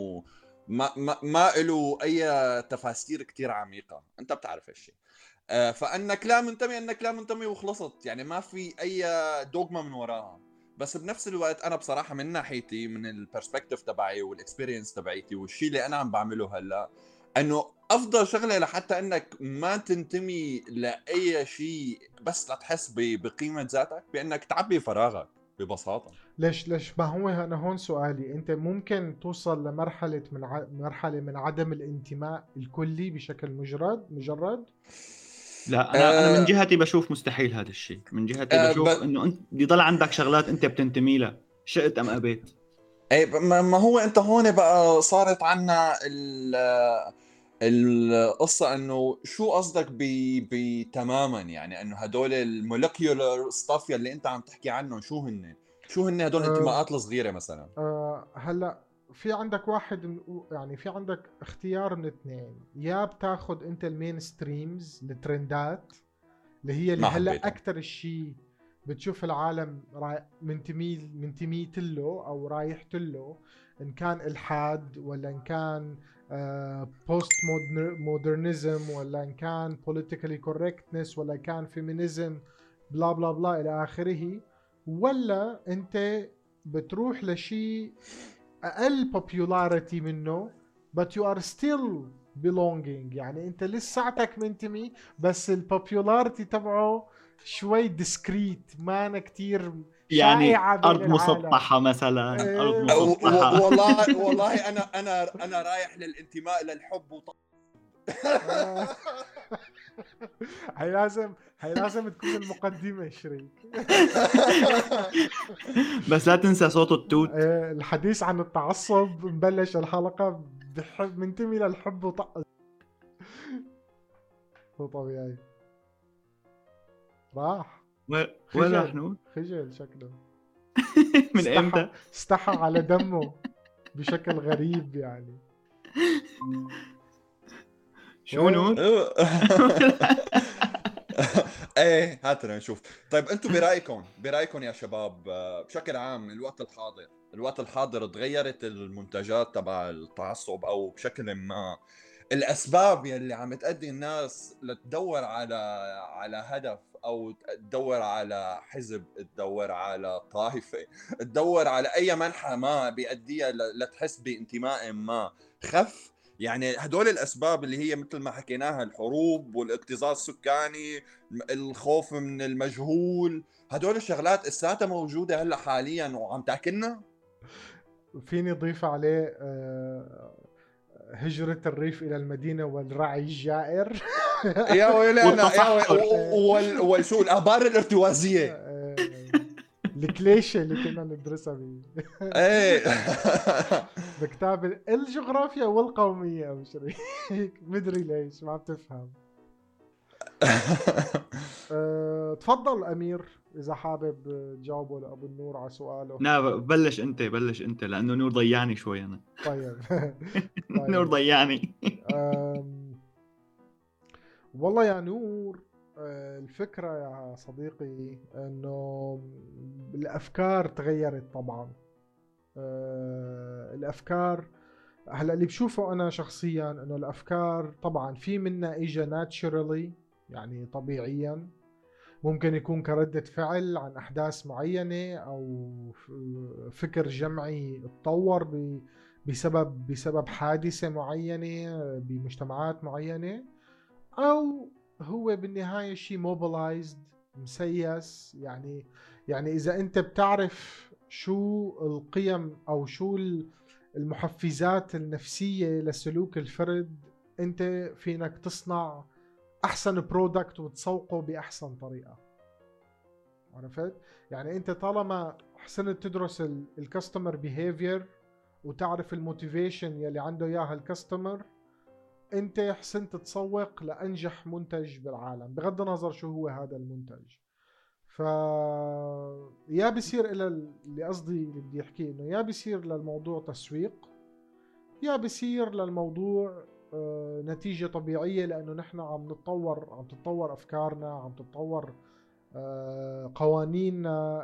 ما له أي تفاسير كتير عميقة. أنت بتعرف هالشيء. فانك لا منتمي وخلصت، يعني ما في اي دوغما من وراها. بس بنفس الوقت انا بصراحه من ناحيتي، من البرسبكتيف تبعي والاكسبيرينس تبعيتي والشيء اللي انا عم بعمله هلا، انه افضل شغله لحتى انك ما تنتمي لاي شيء بس لتحس بقيمه ذاتك، بانك تعبي فراغك ببساطه. ليش ما هو انا هون سؤالي، انت ممكن توصل لمرحلة مرحلة من عدم الانتماء الكلي بشكل مجرد؟ لا انا من أه جهتي بشوف مستحيل هذا الشيء، من جهتي أه بشوف انه انت بده يضل عندك شغلات انت بتنتمي لها، شئت ام ابيت. اي ما هو انت هون بقى صارت عنا القصة انه شو قصدك تماما، يعني انه هدول المولكيولر ستاف اللي انت عم تحكي عنهم شو هن هدول أه الانتماءات الصغيرة مثلا؟ هلا في عندك يعني في عندك اختيار من اثنين، يا بتاخد انت المين ستريمز الترندات اللي هي اللي ما هلا حبيتهم. اكثر الشيء بتشوف العالم منتمي له او رايح له، ان كان الحاد ولا ان كان بوست مودرنزم ولا ان كان بوليتيكالي كوركتنس ولا كان فيمينيزم بلا بلا بلا الى اخره، ولا انت بتروح لشيء اقل popularity منه but you are still belonging، يعني انت لساتك منتمي بس البوبيولاريتي تبعه شوي ديسكريت، ما أنا كتير يعني شائعة بين ارض العالم. مسطحه مثلا، ارض ايه ممكن. مسطحه. والله انا رايح للانتماء للحب آه. هي لازم تكون المقدمة شريك. بس لا تنسى صوت التوت. الحديث عن التعصب مبلش الحلقة بحب منتمي للحب وطق. هو طبيعي. راح وين راح خجل نور؟ خجل شكله. من امتى؟ استحى على دمه بشكل غريب يعني. شو نور؟ ايه هاتنا نشوف. طيب انتم برايكم يا شباب، بشكل عام الوقت الحاضر تغيرت المنتجات تبع التعصب، او بشكل ما الاسباب يلي عم تأدي الناس لتدور على هدف او تدور على حزب، تدور على طائفه، تدور على اي منحى ما بيأديها لتحس بانتماء ما خف. يعني هدول الاسباب اللي هي مثل ما حكيناها، الحروب والاكتظاظ السكاني، الخوف من المجهول، هدول الشغلات اساتها موجوده هلا حاليا وعم تاكلنا. فيني اضيف عليه هجرة الريف الى المدينة والرعي الجائر. يا ويلي انا يا والتصحر. وشو الابار الارتوازيه. الكليشة اللي كنا ندرسها ايه بكتاب الجغرافيا والقومية، مش هيك؟ مدري ليش ما بتفهم. تفضل أمير إذا حابب تجاوبه لأبو النور على سؤاله. لا بلش انت لانه نور ضيعني شوي انا. طيب. نور ضيعني. والله يا نور، الفكرة يا صديقي انه الافكار تغيرت طبعا. الافكار هلا اللي بشوفه انا شخصيا انه الافكار طبعا في منا اجا ناتشرالي، يعني طبيعيا، ممكن يكون كردة فعل عن احداث معينة او فكر جمعي اتطور بسبب حادثة معينة بمجتمعات معينة، او هو بالنهاية شيء موبلايزد، مسيس. يعني اذا انت بتعرف شو القيم او شو المحفزات النفسية لسلوك الفرد، انت فينك تصنع احسن برودكت وتسوقه باحسن طريقة. عرفت؟ يعني انت طالما حسنت تدرس الكاستمر بيهيفير وتعرف الموتيفيشن يلي عنده اياها الكاستمر، انت حسنت تسوق لانجح منتج بالعالم بغض النظر شو هو هذا المنتج. يا بصير الى اللي قصدي اللي بدي احكيه انه يا بصير للموضوع تسويق، يا بصير للموضوع نتيجة طبيعية، لانه نحن عم تتطور افكارنا، عم تتطور قوانيننا،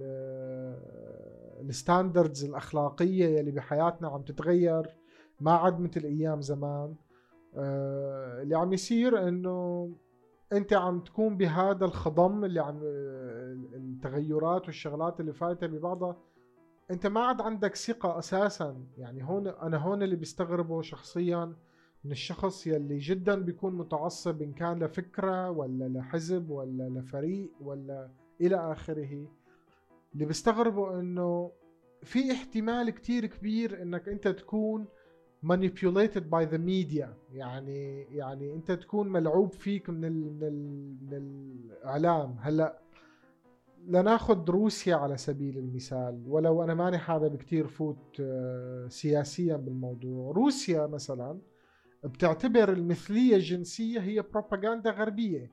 الستاندردز الاخلاقية يلي بحياتنا عم تتغير، ما عاد مثل ايام زمان. اللي عم يصير انه انت عم تكون بهذا الخضم اللي عم التغيرات والشغلات اللي فايته ببعضها، انت ما عاد عندك ثقة اساسا. يعني هون اللي بيستغربه شخصيا من الشخص يلي جدا بيكون متعصب، ان كان لفكرة ولا لحزب ولا لفريق ولا الى اخره. اللي بيستغربه انه في احتمال كتير كبير انك انت تكون manipulated by the media. يعني انت تكون ملعوب فيك من الاعلام. هلا لناخذ روسيا على سبيل المثال، ولو انا ماني حابب كتير فوت سياسيا بالموضوع. روسيا مثلا بتعتبر المثلية الجنسية هي بروباغندا غربية،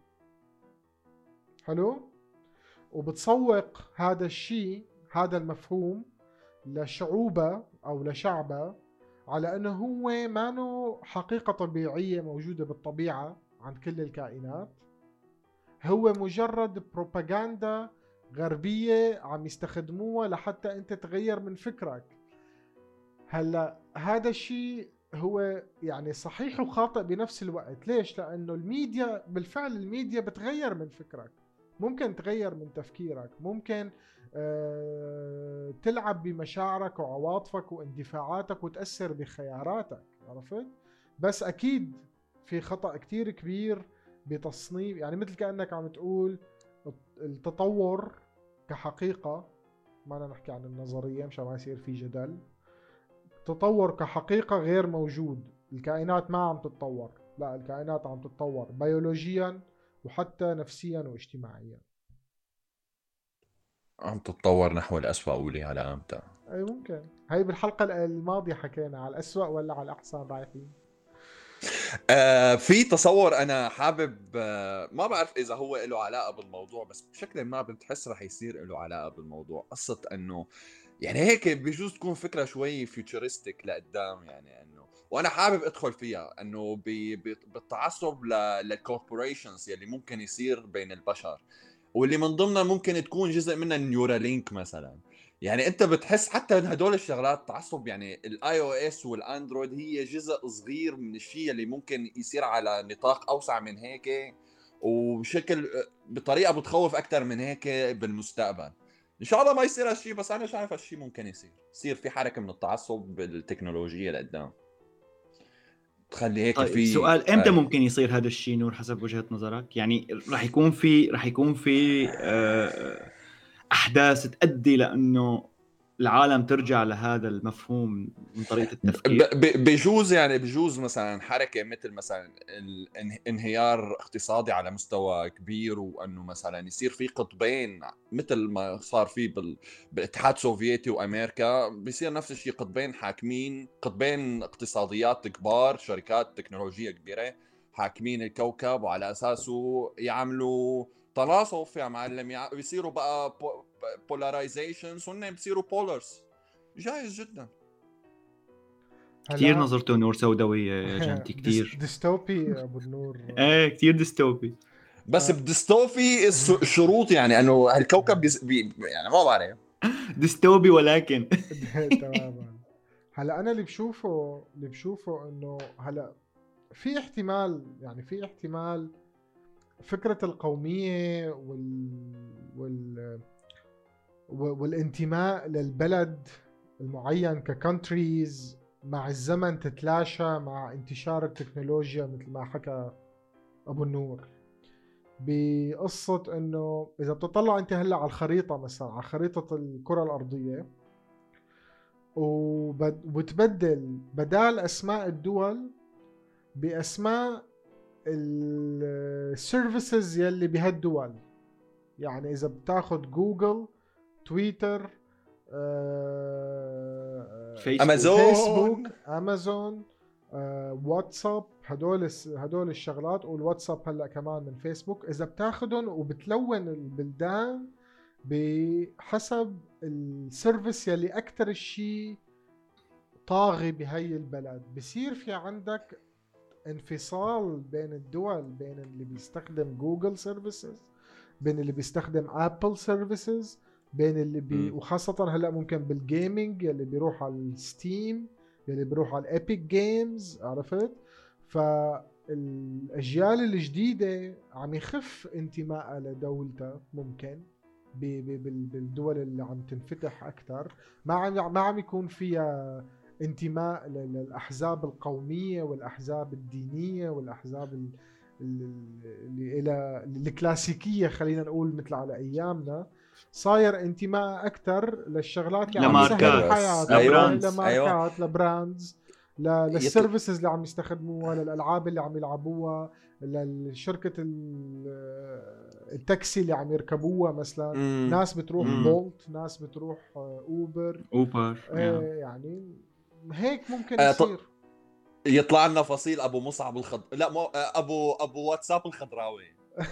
حلو، وبتسوق هذا الشيء، هذا المفهوم لشعوبها او لشعبها على انه هو مانو حقيقة طبيعية موجودة بالطبيعة عند كل الكائنات، هو مجرد بروباغندا غربية عم يستخدموها لحتى انت تغير من فكرك. هلا هذا الشيء هو يعني صحيح وخاطئ بنفس الوقت. ليش؟ لانه الميديا بالفعل الميديا بتغير من فكرك، ممكن تغير من تفكيرك، ممكن تلعب بمشاعرك وعواطفك واندفاعاتك وتأثر بخياراتك. عرفت؟ بس أكيد في خطأ كتير كبير بتصنيف، يعني مثل كأنك عم تقول التطور كحقيقة، ما أنا نحكي عن النظرية مشان ما يصير في جدل، التطور كحقيقة غير موجود. الكائنات ما عم تتطور، لا، الكائنات عم تتطور بيولوجيا وحتى نفسيا واجتماعيا. عم تتطور نحو الأسوأ ولي على أمتى. اي ممكن. هاي بالحلقة الماضية حكينا على الأسوأ ولا على الأحسن رايحين. في تصور أنا حابب، ما بعرف إذا هو له علاقة بالموضوع، بس بشكل ما بتحس رح يصير له علاقة بالموضوع. قصة أنه يعني هيك بيجوز تكون فكرة شوي فيوتشرستيك لقدام، يعني أنه وأنا حابب أدخل فيها، أنه بالتعصب للكوربوريشنز يلي ممكن يصير بين البشر، واللي من ضمنها ممكن تكون جزء منها نيورالينك مثلا. يعني انت بتحس حتى هدول الشغلات تعصب، يعني الاي او اس والاندرويد هي جزء صغير من الشيء اللي ممكن يصير على نطاق اوسع من هيك، وبشكل بطريقه بتخوف اكثر من هيك بالمستقبل. ان شاء الله ما يصير هالشيء، بس انا شايف هالشيء ممكن يصير في حركه من التعصب بالتكنولوجيا لقدام تخلي هيك طيب في سؤال، امتى ممكن يصير هذا الشيء نور حسب وجهة نظرك؟ يعني رح يكون في احداث تؤدي لانه العالم ترجع لهذا المفهوم من طريقة التفكير؟ بجوز مثلا حركه مثل مثلا الانهيار اقتصادي على مستوى كبير، وانه مثلا يصير في قطبين مثل ما صار في بالاتحاد السوفيتي وامريكا، بيصير نفس الشيء، قطبين حاكمين، قطبين اقتصاديات كبار، شركات تكنولوجية كبيرة حاكمين الكوكب، وعلى اساسه يعملوا تناصف يا معلم، بيصيروا بقى polarizations، وهن بيصيروا polars. جايز جدا. كثير نظرته نور سوداوية يا جنتي، كثير ديستوبي ابو النور. ايه كثير ديستوبي. بس بديستوفي الشروط، يعني انه هالكوكب يعني ما بعرف ديستوبي ولكن تماما. هلا انا اللي بشوفه انه هلا في احتمال فكرة القومية والانتماء للبلد المعين ككونتريز مع الزمن تتلاشى مع انتشار التكنولوجيا، مثل ما حكى ابو النور بقصة انه اذا بتطلع انت هلا على الخريطة، مثلا على خريطة الكرة الارضية، وبتبدل بدال اسماء الدول باسماء السيرفيسز يلي بهالدول. يعني اذا بتاخد جوجل، تويتر، فيسبوك، امازون، واتساب، هدول الشغلات، والواتساب هلا كمان من فيسبوك، اذا بتاخدهم وبتلون البلدان بحسب السيرفيس يلي اكثر الشيء طاغي بهي البلد، بصير في عندك انفصال بين الدول، بين اللي بيستخدم جوجل سيرفيسز، بين اللي بيستخدم ابل سيرفيسز، بين اللي وخاصة هلا ممكن بالجيمنج يلي بيروح على الستيم، يلي بيروح على الابيك جيمز، عرفت؟ فالاجيال الجديدة عم يخف انتمائها لدولتها ممكن بالدول اللي عم تنفتح اكثر، ما عم يكون فيها انتماء للأحزاب القومية والأحزاب الدينية والأحزاب اللي الكلاسيكية، خلينا نقول مثل على أيامنا. صاير انتماء أكثر للشغلات اللي عم تسهل الحياة، لماركات، لبراندز، للسيرفيسز اللي عم يستخدموها، للألعاب اللي عم يلعبوها، للشركة التاكسي اللي عم يركبوها مثلا. ناس بتروح بولت، ناس بتروح اوبر. يعني هيك ممكن يصير. يطلع لنا فصيل ابو مصعب لا مو ابو واتساب الخضراوي.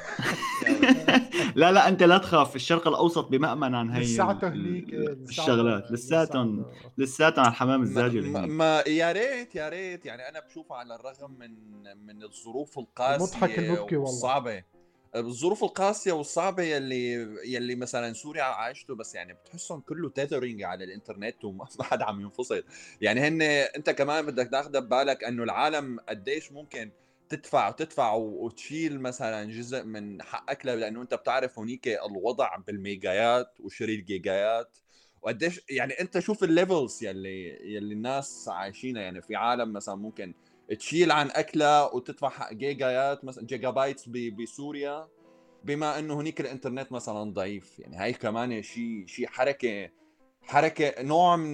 لا انت لا تخاف، الشرق الاوسط بمأمن عن هي لساته هنيك الشغلات، لساتهم على الحمام الزاجل. ما يا ريت يعني انا بشوفها على الرغم من الظروف القاسيه والصعبه، الظروف القاسيه والصعبه يلي مثلا سوريا عايشته، بس يعني بتحسهم كله تيذرينج على الانترنت وما حدا عم ينفصل. يعني انت كمان بدك تاخذ ببالك انه العالم قديش ممكن تدفع وتشيل مثلا جزء من حقك، لانه انت بتعرف هونيك الوضع بالميجايات وشري الجيجايات، وقديش يعني انت شوف الليفلز يلي الناس عايشينها. يعني في عالم مثلا ممكن تشيل عن اكله وتدفع جيجايات مثلا جيجا بايتس بسوريا، بما انه هنيك الانترنت مثلا ضعيف. يعني هاي كمان شيء حركه نوع من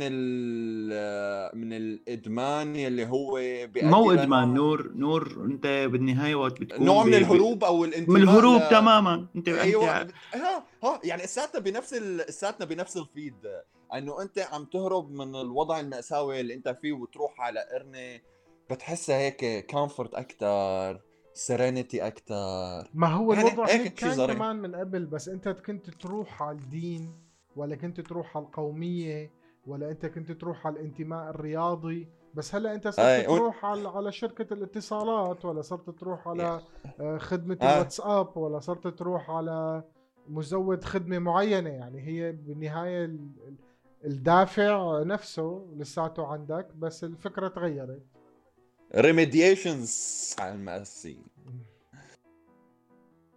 الادمان يلي هو مو ادمان نور انت بالنهايه وقت بتكون نوع من الهروب او الانتماء، من الهروب تماما. ايوه يعني اساتنا بنفس الفيد، انه انت عم تهرب من الوضع المأساوي اللي انت فيه وتروح على قرنه بتحسها هيك كومفورت اكثر، سيرينيتي اكثر. ما هو يعني الوضع هيك كان زرين. كمان من قبل، بس انت كنت تروح على الدين، ولا كنت تروح على القومية، ولا انت كنت تروح على الانتماء الرياضي. بس هلا انت صرت تروح على شركة الاتصالات، ولا صرت تروح على خدمة الواتساب، ولا صرت تروح على مزود خدمة معينة. يعني هي بالنهاية الدافع نفسه لساته عندك، بس الفكرة تغيرت. ريميديشنز على المأسي.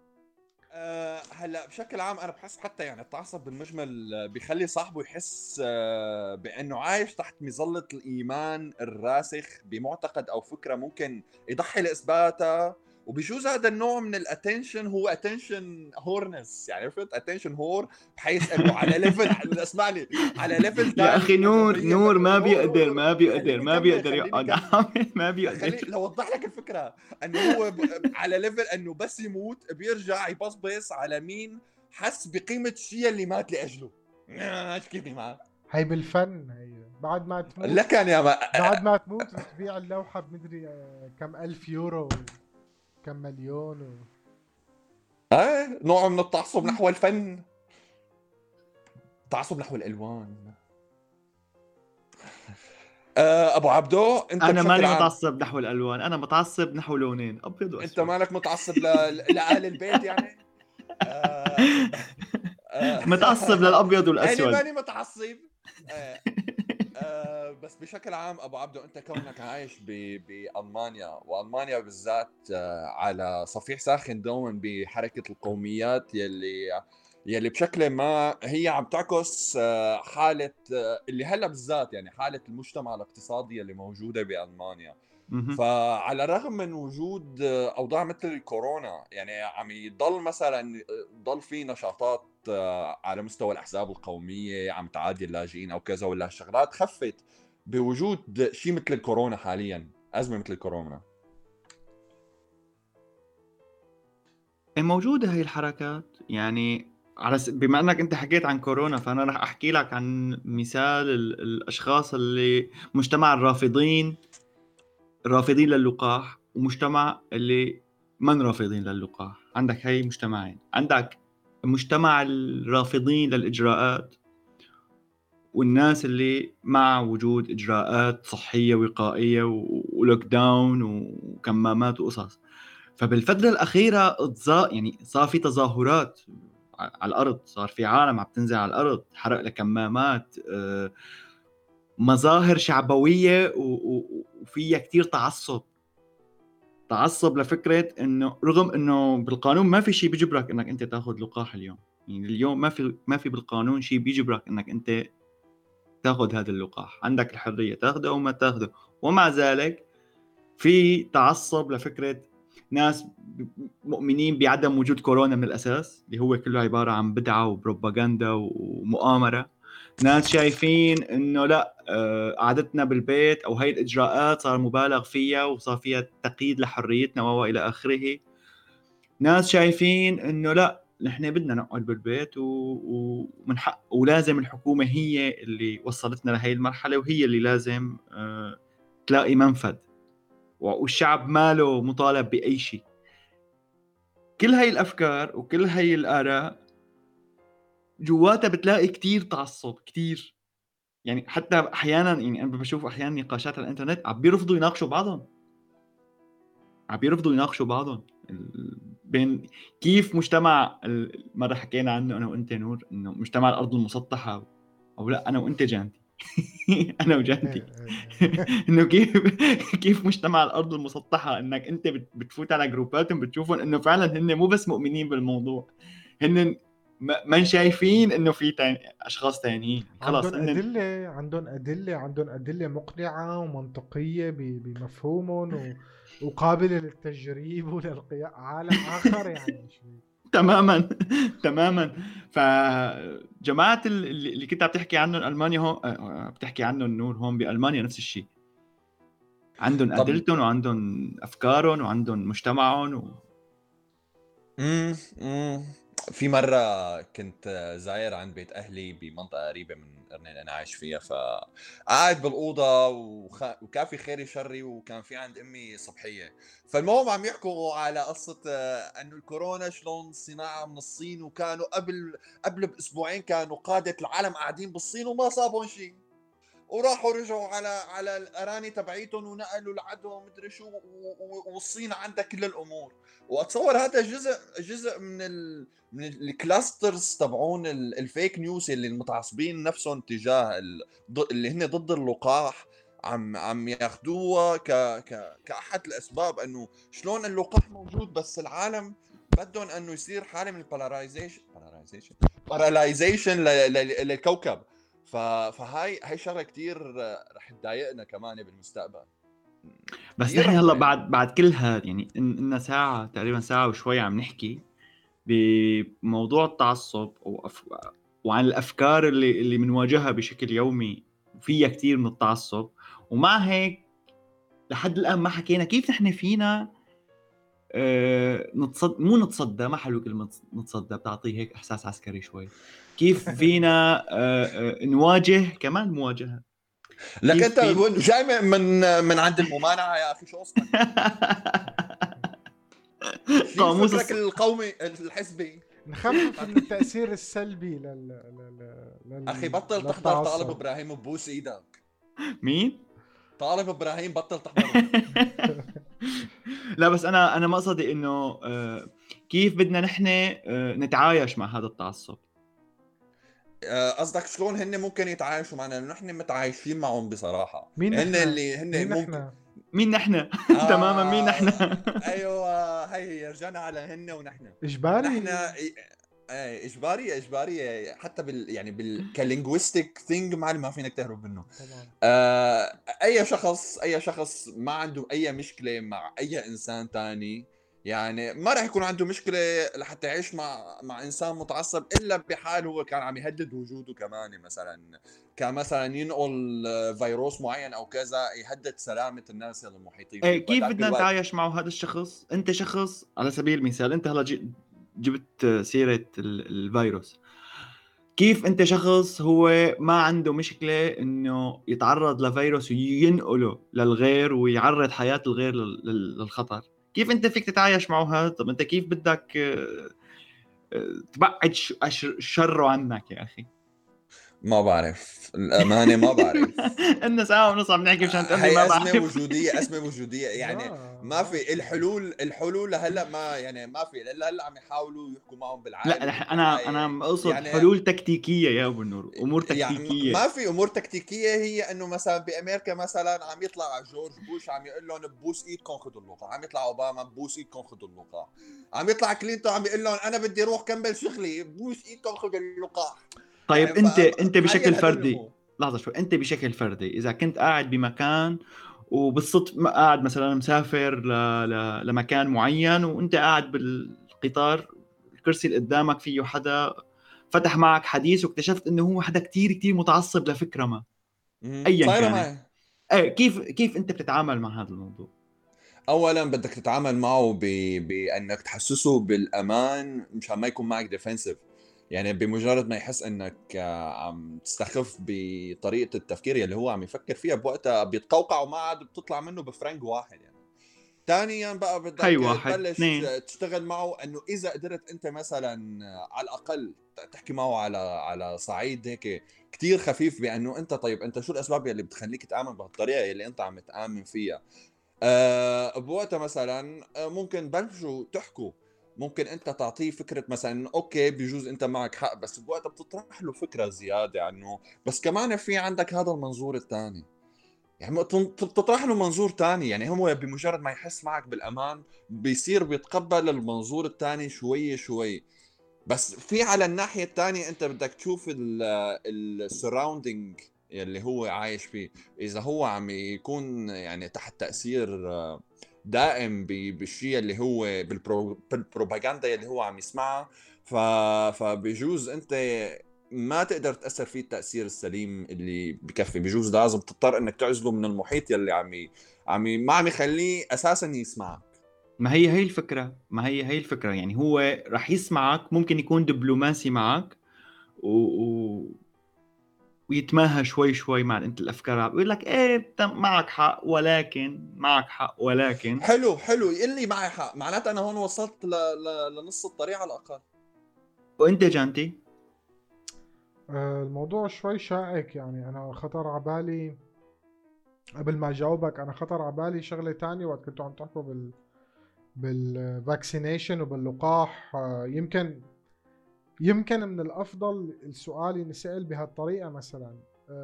هلا بشكل عام انا بحس حتى يعني التعصب بالمجمل بيخلي صاحبه يحس بانه عايش تحت مظله الايمان الراسخ بمعتقد او فكره ممكن يضحي لاثباتها. وبيجوز هذا النوع من الاتنشن هو اتنشن هورنس، يعني عرفت اتنشن هور، بحيث انه على ليفل اسمعني، على ليفل يا ثاني اخي من نور، الحريه نور ما نور بيقدر، نور ما بيقدر، خليني ما كمل بيقدر خليني يقعد كمل عامل، ما خلي بيقدر. لو اوضح لك الفكره انه هو على ليفل انه بس يموت بيرجع يبصبص على مين حس بقيمه الشيء اللي مات لاجله. ايش كيفي معك هي بالفن، هي بعد ما تموت، لكن يا ما بعد ما تموت وتبيع اللوحة بمدري كم ألف يورو، كم مليون نوع من التعصب نحو الفن، تعصب نحو الالوان. ابو عبدو انت انا بشكل ماني عام متعصب نحو الالوان، انا متعصب نحو لونين، ابيض انت واسود. مالك متعصب لاهل البيت يعني. آه، متعصب للابيض انا والاسود. ماني متعصب. آه، بس بشكل عام ابو عبدو انت كونك عايش بالمانيا، والمانيا بالذات على صفيح ساخن دوما بحركه القوميات يلي بشكل ما هي عم تعكس حاله اللي هلا بالذات يعني حاله المجتمع الاقتصادي اللي موجوده بالمانيا. فعلى الرغم من وجود اوضاع مثل الكورونا يعني عم يضل مثلا ضل في نشاطات على مستوى الاحزاب القوميه عم تعادي اللاجئين او كذا، ولا الشغلات خفت بوجود شيء مثل الكورونا حاليا، ازمه مثل الكورونا. موجودة هي الحركات يعني. بما انك انت حكيت عن كورونا، فانا راح احكي لك عن مثال الاشخاص اللي مجتمع الرافضين للقاح، ومجتمع اللي من رافضين للقاح. عندك هي مجتمعين، عندك مجتمع الرافضين للإجراءات والناس اللي مع وجود إجراءات صحية وقائية ولوك داون وكمامات وقصص. فبالفترة الأخيرة يعني صار في تظاهرات على الأرض، صار في عالم عم تنزل على الأرض، حرق لكمامات، مظاهر شعبوية وفيها كتير تعصب لفكرة انه رغم انه بالقانون ما في شيء بيجبرك انك انت تاخذ لقاح اليوم. يعني اليوم ما في بالقانون شيء بيجبرك انك انت تاخذ هذا اللقاح، عندك الحرية تاخذه او ما تاخذه. ومع ذلك في تعصب لفكرة ناس مؤمنين بعدم وجود كورونا من الأساس، اللي هو كله عبارة عن بدعة وبروباغندا ومؤامرة. ناس شايفين انه لا، قعدتنا بالبيت او هاي الاجراءات صار مبالغ فيها وصار فيها تقييد لحريتنا والى اخره. ناس شايفين انه لا، نحن بدنا نقعد بالبيت ومن حق ولازم الحكومة هي اللي وصلتنا لهي المرحلة، وهي اللي لازم تلاقي منفذ، والشعب ماله مطالب بأي شيء. كل هاي الأفكار وكل هاي الآراء جواتها بتلاقي كتير تعصب، كتير. يعني حتى أحيانا، يعني أنا بشوف أحيانا نقاشات على الإنترنت عم بيرفضوا يناقشوا بعضهم بين كيف مجتمع مرة حكينا عنه أنا وأنت نور، إنه مجتمع الأرض المسطحة، أو لا أنا وأنت جانتي أنا وجانتي إنه كيف مجتمع الأرض المسطحة، إنك أنت بتفوت على جروباتهم بتشوفهم إنه فعلا هن مو بس مؤمنين بالموضوع، هن ما شايفين إنه في أشخاص تانيين. خلاص عندهم هن أدلة، عندهم أدلة مقنعة ومنطقية بمفهومهم وقابلة للتجريب وللقياس عالم آخر يعني شوي. تماما تماما. فجماعة اللي كنت عم تحكي عنهم ألمانيا هون، بتحكي عنهم نور، هون بألمانيا نفس الشيء، عندهم طب أدلتهم وعندهم أفكارهم وعندهم مجتمعهم في مرة كنت زاير عند بيت أهلي بمنطقة قريبة من قرن اللي أنا عايش فيها، فقاعد بالأوضة وكافي خيري شري، وكان في عند أمي صبحية. فالمهم عم يحكوا على قصة أنه الكورونا شلون صناعة من الصين، وكانوا قبل بأسبوعين كانوا قادة العالم قاعدين بالصين وما صابهم شيء، وراحوا رجعوا على الاراني تبعيتهم ونقلوا العدوى ومدري شو، والصين عندها كل الامور. واتصور هذا جزء من الكلاسترز تبعون الفيك نيوز اللي المتعصبين نفسهم تجاه اللي هن ضد اللقاح عم ياخذوها كاحد الاسباب انه شلون اللقاح موجود بس العالم بدهم انه يصير حاله من البولاريزيشن للكوكب. فهاي شغله كتير رح تضايقنا كمان بالمستقبل. بس كتير نحن رح هلا تضايقنا. بعد كل هذا يعني إننا ساعة تقريبا ساعة وشوي عم نحكي بموضوع التعصب وعن الأفكار اللي بنواجهها بشكل يومي، فيها كتير من التعصب. ومع هيك لحد الآن ما حكينا كيف نحن فينا مو نتصدى، ما حلو كلمة نتصدى، بتعطيه هيك إحساس عسكري شوي. كيف فينا نواجه كمان مواجهة. لك كيف انت في جاي من عند الممانعه يا اخي، شو قصتك؟ شيل قاموس فكرك القومي الحزبي. نخفف من التأثير السلبي اخي بطل تحضر طالب للتعصب. ابراهيم ببوس ايدك. مين؟ طالب ابراهيم بطل تحضره. لا بس انا مقصدي انه كيف بدنا نحن نتعايش مع هذا التعصب. قصدك شلون هن ممكن يتعايشوا معنا؟ لانه نحن متعايشين معهم بصراحه. مين هن نحن؟ اللي هن مين ممكن نحن؟ مين نحن؟ تماما مين نحن؟ ايوه هي رجعنا على هن ونحن. اجباري. نحن اجباريه حتى يعني كلينغويستيك ثينج ما فينك تهرب منه. طبعا. اي شخص ما عنده اي مشكله مع اي انسان تاني، يعني ما راح يكون عنده مشكله لحتى يعيش مع انسان متعصب، الا بحال هو كان عم يهدد وجوده كمان. مثلا كان مثلا ينقل فيروس معين او كذا يهدد سلامه الناس المحيطين فيه. كيف بهذاك بدنا الوقت نتعايش معه هذا الشخص؟ انت شخص على سبيل المثال، انت هلا جبت سيرة الفيروس. كيف انت شخص هو ما عنده مشكلة انه يتعرض لفيروس وينقله للغير ويعرض حياة الغير للخطر؟ كيف انت فيك تتعايش معه هذا؟ طب انت كيف بدك تبعد شره عنك يا اخي؟ ما بعرف الامانه، ما بعرف. إلنا ساعة ونص عم نحكي مشان تقول لي ما هي أزمة بعرف. وجودية يعني. ما لا في الحلول لهلا، ما يعني ما في هلا عم يحاولوا يحكوا معهم لا بالعقل انا وبالوعي اقصد يعني. حلول تكتيكية يا ابو النور، امور يعني تكتيكية. ما في امور تكتيكيه. هي انه مثلا بامريكا مثلا عم يطلع جورج بوش عم يقول لهم ببوس ايدكم خذوا اللقاح، عم يطلع اوباما ببوس ايدكم خذوا اللقاح، عم يطلع كلينتون عم يقول لهم انا بدي اروح كمل شغلي بوس ايدكم خذوا اللقاح. طيب يعني انت بشكل فتخيل هدول فردي، الامور. لحظة شوي، انت بشكل فردي اذا كنت قاعد بمكان وبالصدفة قاعد مثلا مسافر لمكان معين، وانت قاعد بالقطار، الكرسي اللي قدامك فيه حدا فتح معك حديث واكتشفت انه هو حدا كتير كتير متعصب لفكرة ما ايا صايره كانت، معي. كيف انت بتتعامل مع هذا الموضوع؟ اولا بدك تتعامل معه بانك تحسسه بالامان مشان ما يكون معك ديفنسيف. يعني بمجرد ما يحس انك عم تستخف بطريقه التفكير اللي هو عم يفكر فيها بوقتها، بيتقوقع وما عاد بتطلع منه بفرنك واحد يعني. ثانيا بقى بدك هي واحد تبلش اثنين. تشتغل معه انه اذا قدرت انت مثلا على الاقل تحكي معه على صعيد هيك كتير خفيف، بانه انت طيب انت شو الاسباب اللي بتخليك تامن بهالطريقه اللي انت عم تامن فيها. بوقتها مثلا ممكن بلشوا تحكوا. ممكن انت تعطيه فكره مثلا اوكي بيجوز انت معك حق، بس بوقتها بتطرح له فكره زياده عنه، بس كمان في عندك هذا المنظور الثاني. يعني بتطرح له منظور ثاني. يعني هو بمجرد ما يحس معك بالامان بيصير بيتقبل المنظور الثاني شوي شوي. بس في على الناحية الثانية انت بدك تشوف السراوندينج اللي هو عايش فيه. اذا هو عم يكون يعني تحت تأثير دائم بالشيء اللي هو بالبروباغندا اللي هو عم يسمعها، فبيجوز انت ما تقدر تأثر فيه التأثير السليم اللي بكفي. بيجوز لازم تضطر انك تعزله من المحيط يلي ما عم يخليه اساسا يسمعك. ما هي الفكرة، ما هي الفكرة. يعني هو رح يسمعك، ممكن يكون دبلوماسي معك و... ويتماهى شوي شوي مع انت الافكار، بيقول لك ايه معك حق ولكن، معك حق ولكن. حلو يقول لي معي حق، معناته انا هون وصلت لنص الطريق على الاقل. وانت جانتي الموضوع شوي شائك يعني. أنا خطر عبالي قبل ما أجاوبك، أنا خطر عبالي شغلة تانية وقت كنتوا عم تحكوا بالفاكسينيشن وباللقاح. يمكن من الأفضل السؤال ينسأل بهالطريقة. مثلا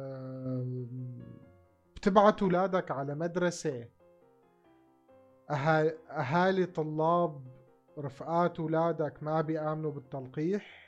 بتبعت أولادك على مدرسة أهالي طلاب رفقات اولادك ما بيآمنوا بالتلقيح؟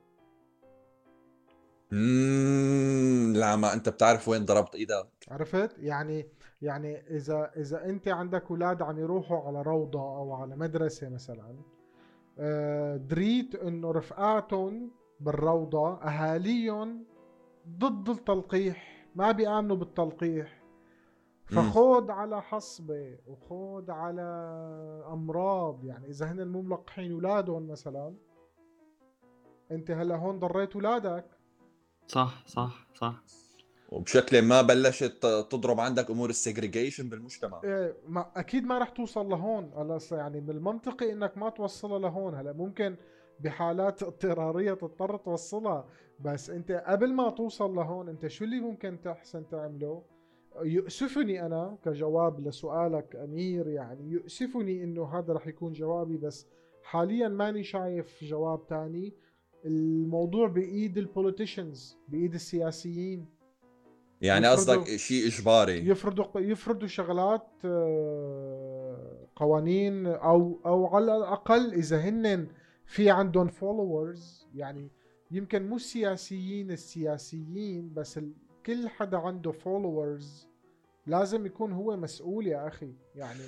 لا، ما انت بتعرف وين ضربت ايدك. عرفت يعني اذا انت عندك اولاد عم يروحوا على روضة او على مدرسة مثلا، دريت انه رفقاتهم بالروضة اهاليهم ضد التلقيح، ما بيآمنوا بالتلقيح، مم. فخود على حصبة وخود على امراض. يعني اذا هن مو ملقحين اولادهم مثلا، انت هلا هون ضريت اولادك. صح صح صح. وبشكل ما بلشت تضرب عندك امور السيجريجيشن بالمجتمع. إيه، ما اكيد ما رح توصل لهون. هلا يعني من المنطقي انك ما توصلها لهون. هلا ممكن بحالات اضطراريه تضطر توصلها، بس انت قبل ما توصل لهون انت شو اللي ممكن تحسن تعمله؟ يؤسفني انا كجواب لسؤالك امير، يعني يؤسفني انه هذا رح يكون جوابي، بس حاليا ماني شايف جواب تاني. الموضوع بايد البوليتيشنز، بايد السياسيين. يعني يفرضوا قصدك شيء اجباري؟ يفرضوا شغلات، قوانين، او على الاقل اذا هن في عندهم فولورز. يعني يمكن مو السياسيين بس كل حدا عنده فولورز لازم يكون هو مسؤول يا اخي يعني.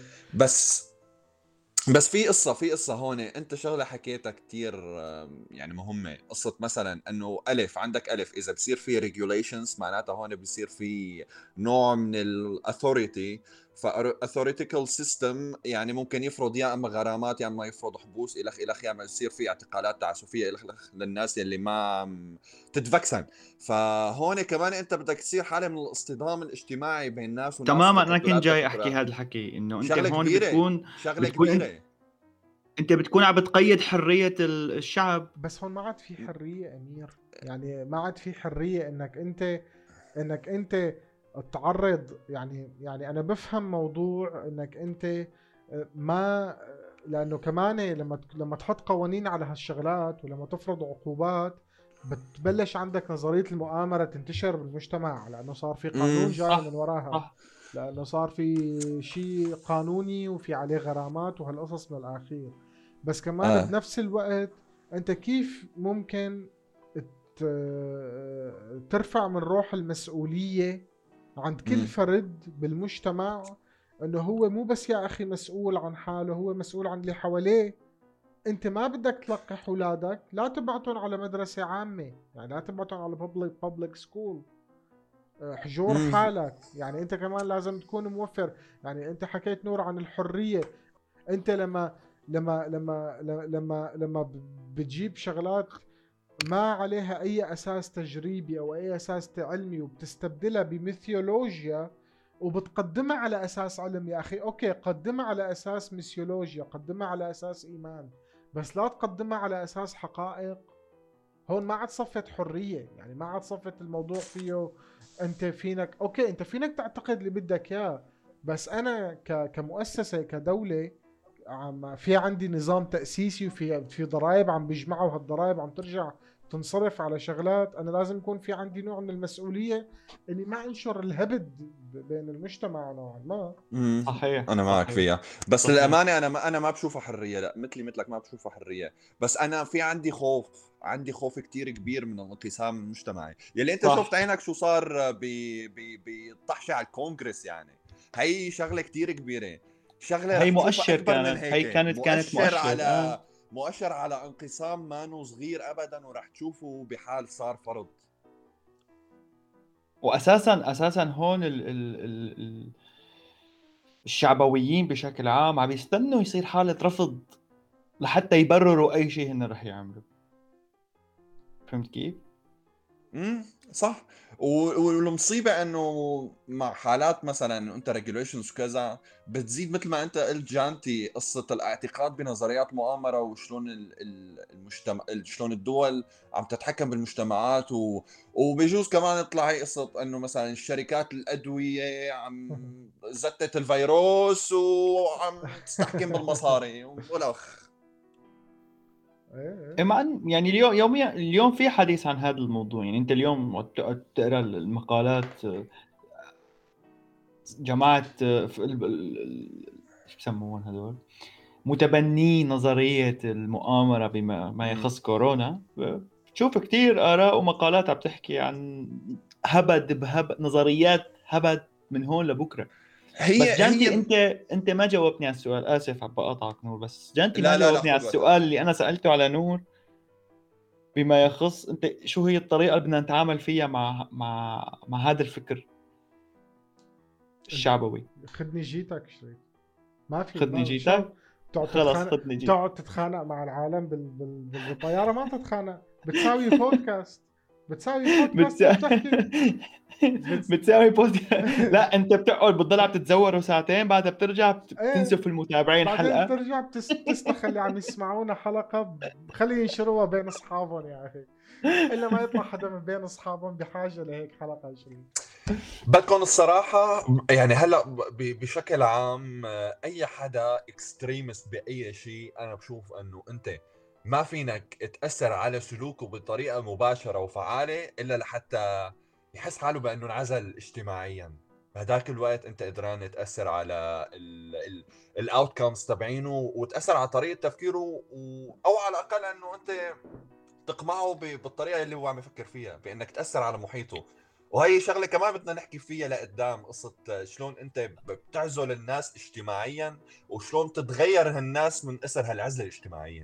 بس في قصة هون، انت شغلة حكيتها كتير يعني مهمة، قصة مثلا انه عندك اذا بصير في regulations معناتها هون بصير في نوع من الاثوريتي. فاثوريتيكال سيستم يعني ممكن يفرض يا اما غرامات يا اما يفرض حبوس الخ يا اما يصير في اعتقالات تعسفية الخ للناس اللي ما تتفكسن. فهون كمان انت بدك تصير حالة من الاصطدام الاجتماعي بين الناس وناس تماما، انا تقتل كنت اولادها جاي احكي تقتل. هذا الحكي، انه انت شغلة هون كبيرة، شغلة بتكون كبيرة. انت بتكون عم بتقيد حرية الشعب. بس هون ما عاد في حرية امير. يعني ما عاد في حرية انك انت تعرض. يعني انا بفهم موضوع انك انت ما لانه كمان لما تحط قوانين على هالشغلات ولما تفرض عقوبات بتبلش عندك نظرية المؤامرة تنتشر بالمجتمع، لانه صار في قانون جاي من صح وراها، صح. لانه صار في شيء قانوني وفي عليه غرامات وهالقصص من الاخير. بس كمان اه بنفس الوقت انت كيف ممكن ترفع من روح المسؤولية عند كل امم فرد بالمجتمع، انه هو مو بس يا اخي مسؤول عن حاله، هو مسؤول عن اللي حواليه. انت ما بدك تلقح اولادك، لا تبعتهم على مدرسة عامة، يعني لا تبعتهم على public school. حجور امم حالك. يعني انت كمان لازم تكون موفر. يعني انت حكيت نور عن الحرية. انت لما بتجيب شغلات ما عليها اي اساس تجريبي او اي اساس علمي وبتستبدلها بميثولوجيا وبتقدمها على اساس علم، يا اخي اوكي قدمها على اساس ميثولوجيا، قدمها على اساس ايمان، بس لا تقدمها على اساس حقائق. هون ما عاد صفت حرية. يعني ما عاد صفت الموضوع فيه انت فينك اوكي انت فينك تعتقد اللي بدك اياه، بس انا كمؤسسة كدولة في عندي نظام تأسيسي وفي ضرائب عم بيجمعوا، هالضرائب عم ترجع تنصرف على شغلات. انا لازم يكون في عندي نوع من المسؤولية اني ما انشر الهبد بين المجتمع نوعا ما. صحيح انا معك صحيح فيها. بس صحيح. للامانه انا ما بشوفها حريه، لا مثلي مثلك ما بشوفها حريه. بس انا في عندي خوف كتير كبير من الانقسام المجتمعي، يلي انت شفت صح. عينك شو صار بالطحشه على الكونغرس. يعني هي شغله كتير كبيره، شغله هي رح تشوفها مؤشر، اكبر من كانت هي هيك. كانت مؤشر مؤشر على انقسام مانو صغير ابدا، ورح تشوفه بحال صار فرض. واساسا هون الشعبويين بشكل عام عم يستنوا يصير حالة رفض لحتى يبرروا اي شيء هن رح يعملوا. فهمت كيف؟ امم صح. والمصيبه انه مع حالات مثلا انه انت ريجوليشنز وكذا بتزيد مثل ما انت قلت جانتي قصه الاعتقاد بنظريات مؤامره، وشلون المجتمع، شلون الدول عم تتحكم بالمجتمعات وبيجوز كمان يطلع هي قصه انه مثلا شركات الادويه عم زتت الفيروس وعم تستحكم بالمصاري ولخ. ايه مع يعني اليوم يوميا اليوم في حديث عن هذا الموضوع. يعني انت اليوم وقت تقرا المقالات، جماعة شو بسموهم هذول، متبني نظرية المؤامرة بما يخص كورونا، بتشوف كتير آراء ومقالات عم تحكي عن هبد نظريات هبد من هون لبكرة. بس جانتي انت ما جاوبني على السؤال. اسف عم بقاطعك نور، بس جانتي ما جاوبني على السؤال اللي انا سألته على نور بما يخص انت شو هي الطريقة اللي بدنا نتعامل فيها مع هذا الفكر الشعبوي. خدني جيتك شريك، ما في خدني جيتك تقعد تتخانق مع العالم بالطيارة. ما تتخانق، بتساوي بودكاست بتساوي بودكاست. لا انت بتقعد بتضل عم تتزوروا ساعتين، بعدها بترجع بتنسف المتابعين حلقة، بعدين بترجع بتسلخ اللي عم يسمعونا حلقة، خلي ينشروها بين اصحابهم يا اخي، الا ما يطلع حدا من بين اصحابهم بحاجة لهيك حلقة. بدكم الصراحة يعني هلا بشكل عام اي حدا اكستريمست باي شيء، انا بشوف انه انت ما فينك تأثر على سلوكه بطريقة مباشرة وفعالة إلا لحتى يحس حاله بأنه انعزل اجتماعيا. بهداك الوقت أنت قدران تأثر على الأوتكمز تبعينه وتأثر على طريقة تفكيره أو على الأقل أنه أنت تقمعه بالطريقة اللي هو عم يفكر فيها، بأنك تأثر على محيطه. وهي شغلة كمان بدنا نحكي فيها لقدام، قصة شلون أنت بتعزل الناس اجتماعيا وشلون تتغير هالناس من أثر هالعزلة الاجتماعية.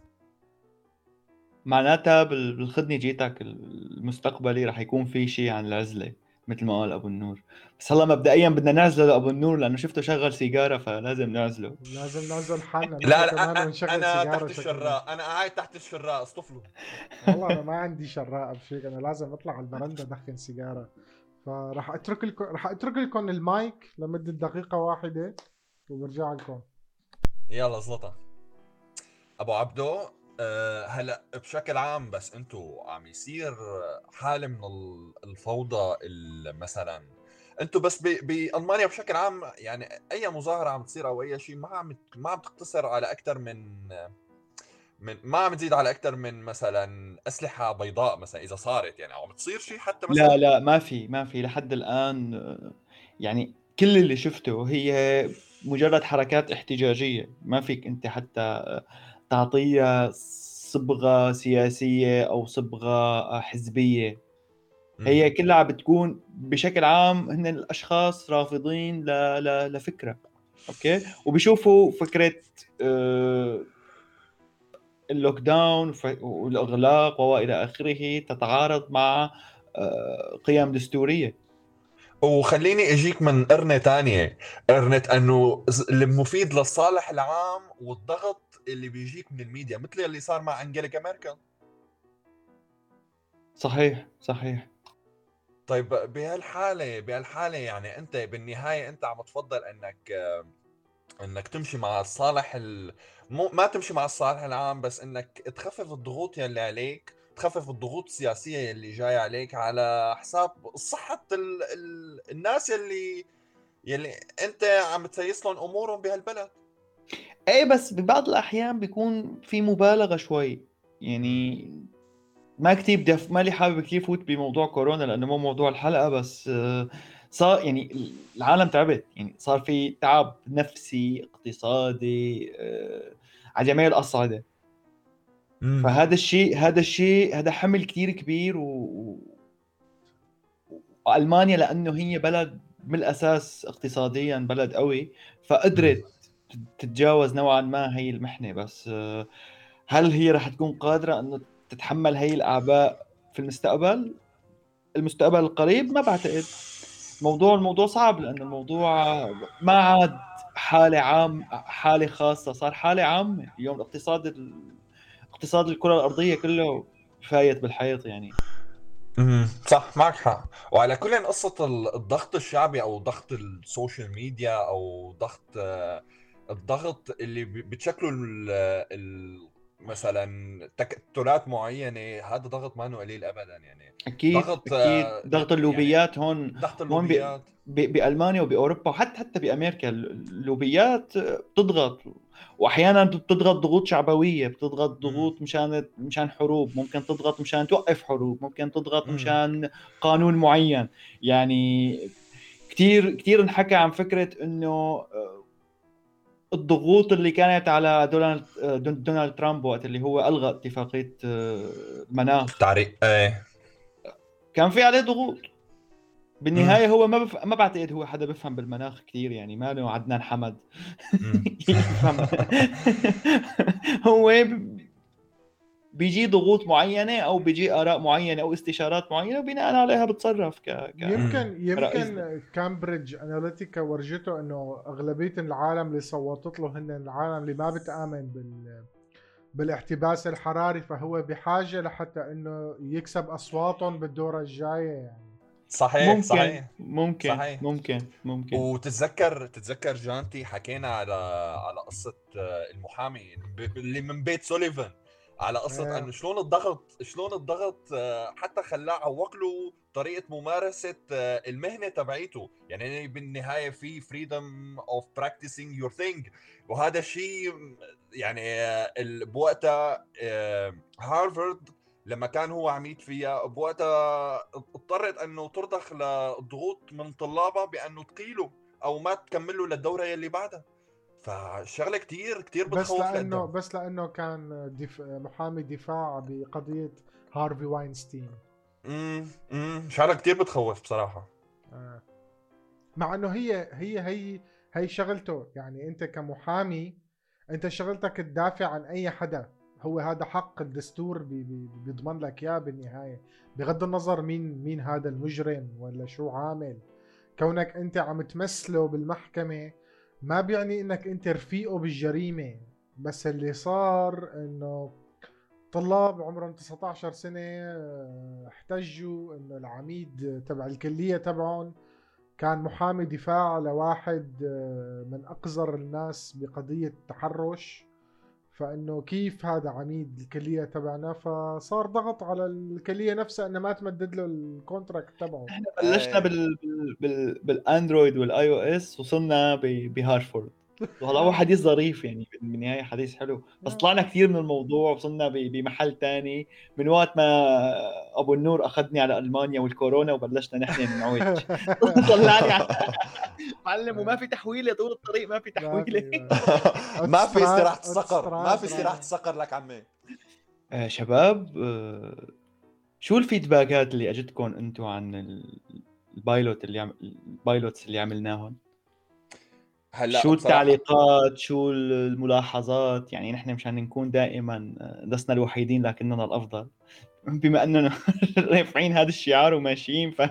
معناتها بالخدني جيتك المستقبلي رح يكون في شيء عن العزلة مثل ما قال أبو النور. بس هلا مبدئيا بدنا نعزله لأبو النور لأنه شفته شغل سيجارة، فلازم نعزله. لازم نعزل حالنا. لا أنا تحت الشراء، أنا قاعد تحت الشراء اصطفلوا. والله أنا ما عندي شراء بشيء، أنا لازم أطلع على البرندة أدخن سيجارة. فراح أترك لكم المايك لمدة دقيقة واحدة وبرجع لكم. يلا زلطة أبو عبدو. هلا بشكل عام بس انتو عم يصير حالة من الفوضى مثلا انتو بس بألمانيا بشكل عام، يعني اي مظاهرة عم تصير او اي شيء ما عم تقتصر على اكثر من ما عم تزيد على اكثر من مثلا اسلحة بيضاء مثلا اذا صارت، يعني عم تصير شيء حتى مثلا. لا ما في لحد الآن. يعني كل اللي شفته هي مجرد حركات احتجاجية، ما فيك انت حتى تعطيها صبغة سياسية أو صبغة حزبية. هي كلها بتكون بشكل عام هن الأشخاص رافضين لفكرة، أوكي، وبيشوفوا فكرة اللوك داون والإغلاق وإلى آخره تتعارض مع قيم دستورية. وخليني اجيك من قرنة تانية، قرنة انه المفيد للصالح العام والضغط اللي بيجيك من الميديا مثل اللي صار مع انجيليكا ميركل. صحيح. طيب بهالحالة يعني انت بالنهاية انت عم تفضل انك تمشي مع الصالح ما تمشي مع الصالح العام، بس انك تخفف الضغوط يلي عليك، تخفف الضغوط السياسية يلي جاية عليك على حساب صحة الناس يلي انت عم تسيس لهم امورهم بهالبلد. ايه بس ببعض الاحيان بيكون في مبالغة شوي، يعني ما كتير ما لي حابب كتير فوت بموضوع كورونا لانه مو موضوع الحلقة، بس صار يعني العالم تعبت، يعني صار في تعب نفسي اقتصادي على جميع الاصعدة. فهذا الشيء هذا حمل كتير كبير وألمانيا لأنه هي بلد من الأساس اقتصاديا بلد قوي، فقدرت تتجاوز نوعا ما هي المحنة. بس هل هي رح تكون قادرة أنه تتحمل هي الأعباء في المستقبل القريب؟ ما بعتقد. الموضوع صعب لأن الموضوع ما عاد حالة خاصة، صار حالة عامة. اليوم اقتصاد الكرة الأرضية كله فايت بالحيط يعني. صح معك حق. وعلى كل قصة الضغط الشعبي او ضغط السوشيال ميديا او الضغط اللي بتشكله مثلا تكتلات معينة، هذا ضغط ما انه قليل ابدا يعني. اكيد ضغط اللوبيات يعني هون. ضغط اللوبيات بألمانيا وبأوروبا وحتى بأمريكا اللوبيات بتضغط، واحيانا بتضغط ضغوط شعبويه، بتضغط ضغوط مشان حروب، ممكن تضغط مشان توقف حروب، ممكن تضغط مشان قانون معين. يعني كتير انحكى عن فكره انه الضغوط اللي كانت على دونالد ترامب وقت اللي هو ألغى اتفاقية المناخ، تعريق ايه كان في عليه ضغوط. بالنهاية هو ما بعتقد هو حدا بفهم بالمناخ كتير، يعني ما له عدنان حمد يفهم. هو بيجي ضغوط معينة أو بيجي آراء معينة أو استشارات معينة وبناء عليها بتصرف كرئيس. يمكن كامبريدج اناليتيكا ورجته انه اغلبيه العالم اللي صوتت له هن العالم اللي ما بتآمن بالاحتباس الحراري، فهو بحاجه لحتى انه يكسب اصواتهم بالدوره الجايه يعني. صحيح ممكن. وتتذكر جانتي حكينا على قصة المحامي اللي من بيت سوليفان، على قصة انه شلون الضغط حتى خلاه عوق له طريقة ممارسة المهنة تبعيته. يعني بالنهاية في freedom of practicing your thing، وهذا الشيء يعني بوقتها هارفارد لما كان هو عميد فيها بوقتها اضطرت انه ترضخ للضغوط من طلابها بانه تقيله او ما تكملوا للدوره يلي بعدها. فشغله كتير بتخوف لقدام. بس لانه كان محامي دفاع بقضيه هارفي واينستين. شغله كتير بتخوف بصراحه. مع انه هي شغلته، يعني انت كمحامي انت شغلتك تدافع عن اي حدا، هو هذا حق الدستور بيضمن لك اياه بالنهايه، بغض النظر مين هذا المجرم ولا شو عامل. كونك انت عم تمثله بالمحكمه ما بيعني انك انت رفيقه بالجريمه. بس اللي صار انه طلاب عمرهم 19 سنه احتجوا انه العميد تبع الكليه تبعهم كان محامي دفاع لواحد من أقذر الناس بقضية تحرش، فإنه كيف هذا عميد الكلية تبعنا، فصار ضغط على الكلية نفسها إنه ما تمدد له الكونتراكت تبعه. احنا بلشنا بالاندرويد والاي او اس، وصلنا بهارفورد، وهذا هو حديث ظريف يعني بالنهاية حديث حلو، بس طلعنا كثير من الموضوع وصلنا بمحل تاني من وقت ما أبو النور أخذني على ألمانيا والكورونا وبلشنا نحن نعوج. طلعني على معلم، وما في تحويلة طول الطريق، ما في تحويلة. ما في استراحة الصقر، ما في استراحة الصقر لك عمي. شباب، شو الفيدباكات اللي اجتكم انتم عن البايلوتس اللي عملناهم؟ هلا شو التعليقات، شو الملاحظات؟ يعني نحن مشان نكون دائما لسنا الوحيدين لكننا الافضل، بما اننا رافعين هذا الشعار وماشيين، ف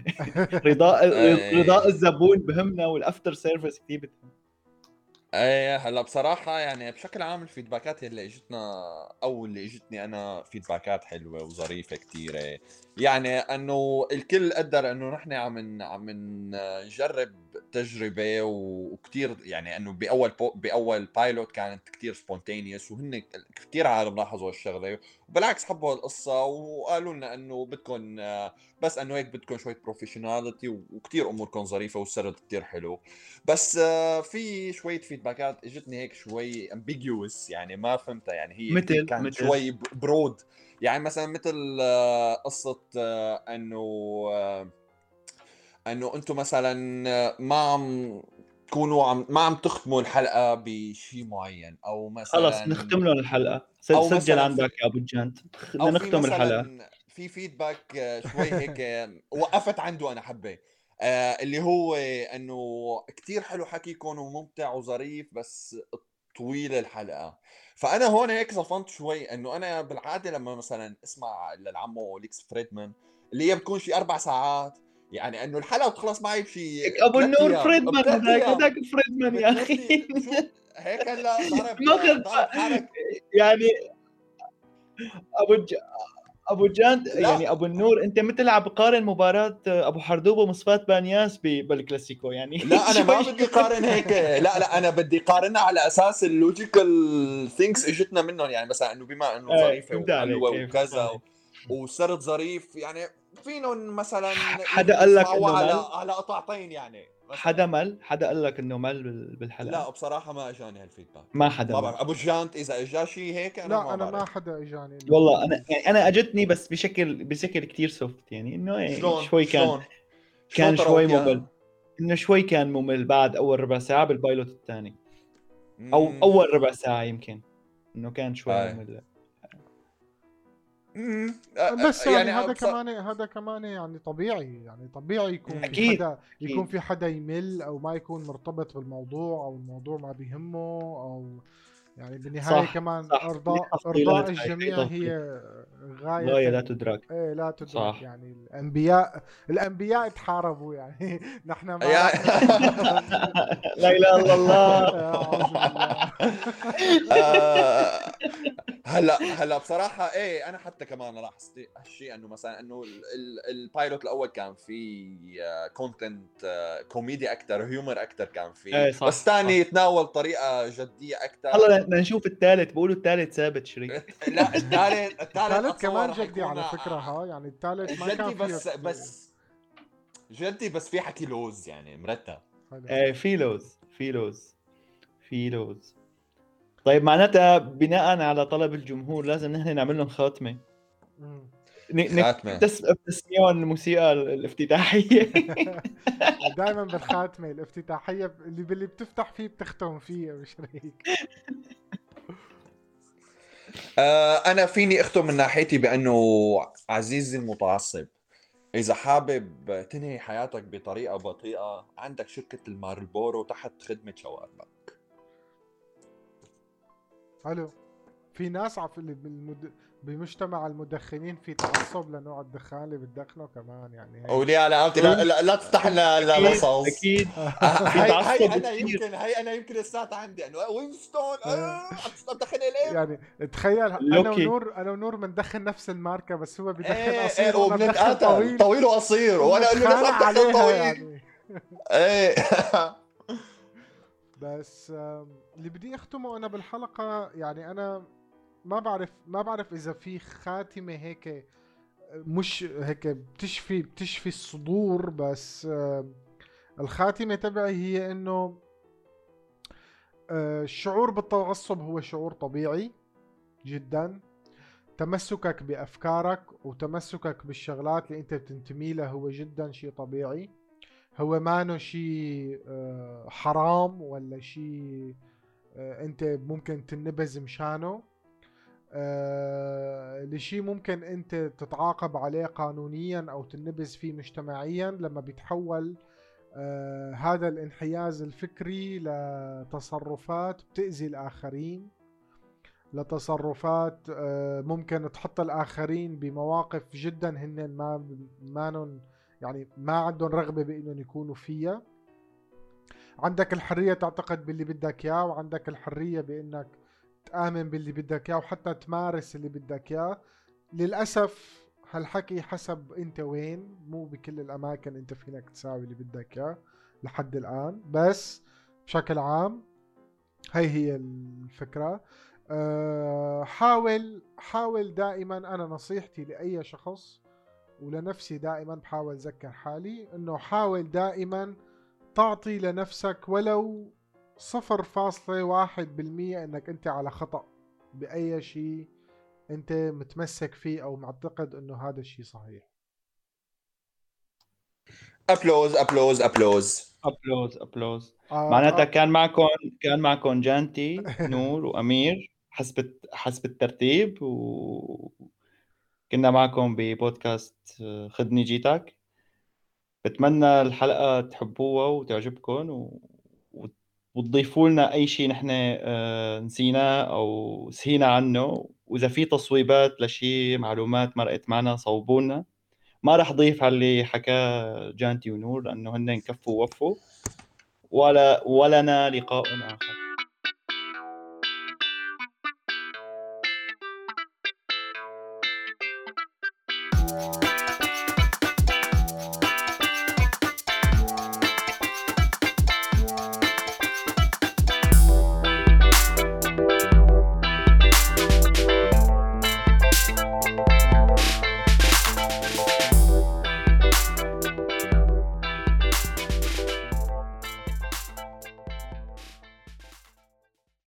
رضاء الزبون بهمنا، والافتر سيرفيس كثير بتهم. هلا بصراحة يعني بشكل عام الفيدباكات اللي اجتنا او اللي اجتني انا فيدباكات حلوة وظريفة كتيرة. يعني انه الكل قدر انه نحن عم نجرب تجربة وكتير، يعني انه باول بايلوت كانت كتير سبونتينيوس، وهن كتير عالم لاحظوا الشغلة وبالعكس حبوا القصة وقالوا لنا انه بدكم بس انه هيك بدكم شوية بروفيشناليتي وكتير اموركم ظريفة والسرد كتير حلو. بس في شوية فيدباكات اجتني هيك شوي ambiguous، يعني ما فهمتها، يعني هي كتير كانت شوي برود. يعني مثلا مثل قصة انه انتم مثلا ما عم تختموا الحلقة بشيء معين، او مثلا خلص نختم لهم الحلقة، سجل عندك يا ابو جانت، بدنا نختم الحلقة. في فيدباك شوي هيك وقفت عنده انا حبه، اللي هو انه كتير حلو حكيكم وممتع وظريف بس طويلة الحلقة. فأنا هون هيك صفنت شوي، إنه أنا بالعادة لما مثلا اسمع للعمو ليكس فريدمان اللي هي بتكون شي 4 ساعات، يعني إنه الحلقة بتخلص معي بشي أبو النور فريدمان، هذاك فريدمان يا أخي. شو هيك هلا ضرب حالك يعني ابو جاند، يعني ابو النور، انت مثل عم بقارن مباراه ابو حردوب ومصفات بانياس بالكلاسيكو يعني. لا انا ما بدي قارن هيك، لا انا بدي قارنها على اساس اللوجيكال ثينكس اجتنا منهم، يعني مثلا انه بما انه ظريفه وحلوه وكذا وصرت ظريف، يعني فينهم مثلا حدا قال لك انه على قطعتين، يعني حدا قال لك انه مل بالحلقه؟ لا بصراحه ما اجاني هالفيدباك، ما حدا. ما بعرف ابو جانت اذا اجى شيء هيك انا لا انا ما حدا اجاني والله. انا اجتني بس بشكل كتير سوفت، يعني انه شوي كان شوي ممل، انه شوي كان ممل بعد اول ربع ساعه بالبايلوت الثاني. او اول ربع ساعه يمكن انه كان شوي هاي. ممل. بس يعني يعني هذا كمان يعني طبيعي، يعني طبيعي يكون في أكيد، حدا يكون أكيد. في حدا يمل او ما يكون مرتبط بالموضوع او الموضوع ما بيهمه، او يعني بالنهايه صح، كمان صح. في ارضاء تفضيلات، هاي في الجميع تفضيل هي غايه غايه لا تدرك. ايه لا تدرك. صح. يعني الانبياء تحاربوا يعني نحن ما يعني راح نتحارب. لا اله الا الله. اعوذ بالله. هلا بصراحه ايه، انا حتى كمان لاحظت هالشيء، انه مثلا انه البايلوت الاول كان في كونتنت كوميدي اكثر، هيومر اكثر كان فيه، ايه صح، بس ثاني صح. يتناول طريقه جديه اكثر. هلا بدنا نشوف الثالث، بقولوا الثالث ثابت شريك. لا الثالث الثالث اتصور كمان رح جدي يكون على فكره، ها يعني الثالث ما كان جدي، فيه بس جدي، بس في حكي لوز يعني مرتب. حلو. ايه في لوز، في لوز، في لوز. طيب معناتها بناء على طلب الجمهور لازم نحن نعمل لهم خاتمه، مم. خاتمه. تسميون الموسيقى الافتتاحيه. دائما بالخاتمه الافتتاحيه اللي بتفتح فيه بتختم فيه، مش هيك؟ انا فيني اختم من ناحيتي بانه عزيزي المتعصب، اذا حابب تنهي حياتك بطريقه بطيئه، عندك شركه المارلبورو تحت خدمه شاورما. حلو. في ناس بمجتمع المدخنين في تعصب لنوع الدخان اللي بتدخنه كمان، يعني هي وليه لا لا تفتح لنا اكيد، لصص. اكيد. في هي تعصب انا يمكن الساعه عندي انه وينستون ادخن ليه. يعني تخيل لوكي. انا ونور بندخن نفس الماركه، بس هو بدخن ايه قصير وانا بدخن وبنتقاتل طويل طويل وقصير، وانا اقول له وبنتخانق لازم تدخن عليها طويل. يعني. ايه. بس اللي بدي اختمه انا بالحلقه، يعني انا ما بعرف اذا في خاتمه هيك، مش هيك بتشفي الصدور، بس الخاتمه تبعي هي انه الشعور بالتعصب هو شعور طبيعي جدا. تمسكك بافكارك وتمسكك بالشغلات اللي انت بتنتمي لها هو جدا شيء طبيعي، هو ما شيء حرام ولا شيء انت ممكن تنبذ مشانه. لشيء ممكن انت تتعاقب عليه قانونيا او تنبذ فيه مجتمعيا لما بيتحول هذا الانحياز الفكري لتصرفات بتأذي الآخرين، لتصرفات ممكن تحط الآخرين بمواقف جدا هن يعني ما عندهم رغبة بأنهم يكونوا فيها. عندك الحرية تعتقد باللي بدك اياه، وعندك الحرية بأنك تآمن باللي بدك اياه وحتى تمارس اللي بدك اياه. للأسف هالحكي حسب انت وين، مو بكل الأماكن انت فينك تساوي اللي بدك اياه لحد الآن، بس بشكل عام هي الفكرة. حاول دائما، أنا نصيحتي لأي شخص ولنفسي دائما بحاول أذكر حالي إنه حاول دائما تعطي لنفسك ولو 0.1% إنك أنت على خطأ بأي شيء أنت متمسك فيه أو معتقد إنه هذا الشيء صحيح. ابلوز ابلوز ابلوز. ابلوز. معناتها كان معكم جانتي، نور وامير حسب الترتيب، وكنا معكم ببودكاست خدني جيتك. بتمنى الحلقة تحبوها وتعجبكم وتضيفوا لنا اي شيء نحن نسيناه او سهينا عنه، واذا في تصويبات لشيء معلومات مرقت معنا صوبونا. ما رح ضيف على اللي حكاه جانتي ونور لانه هن كفوا ووفوا. ولنا لقاء آخر.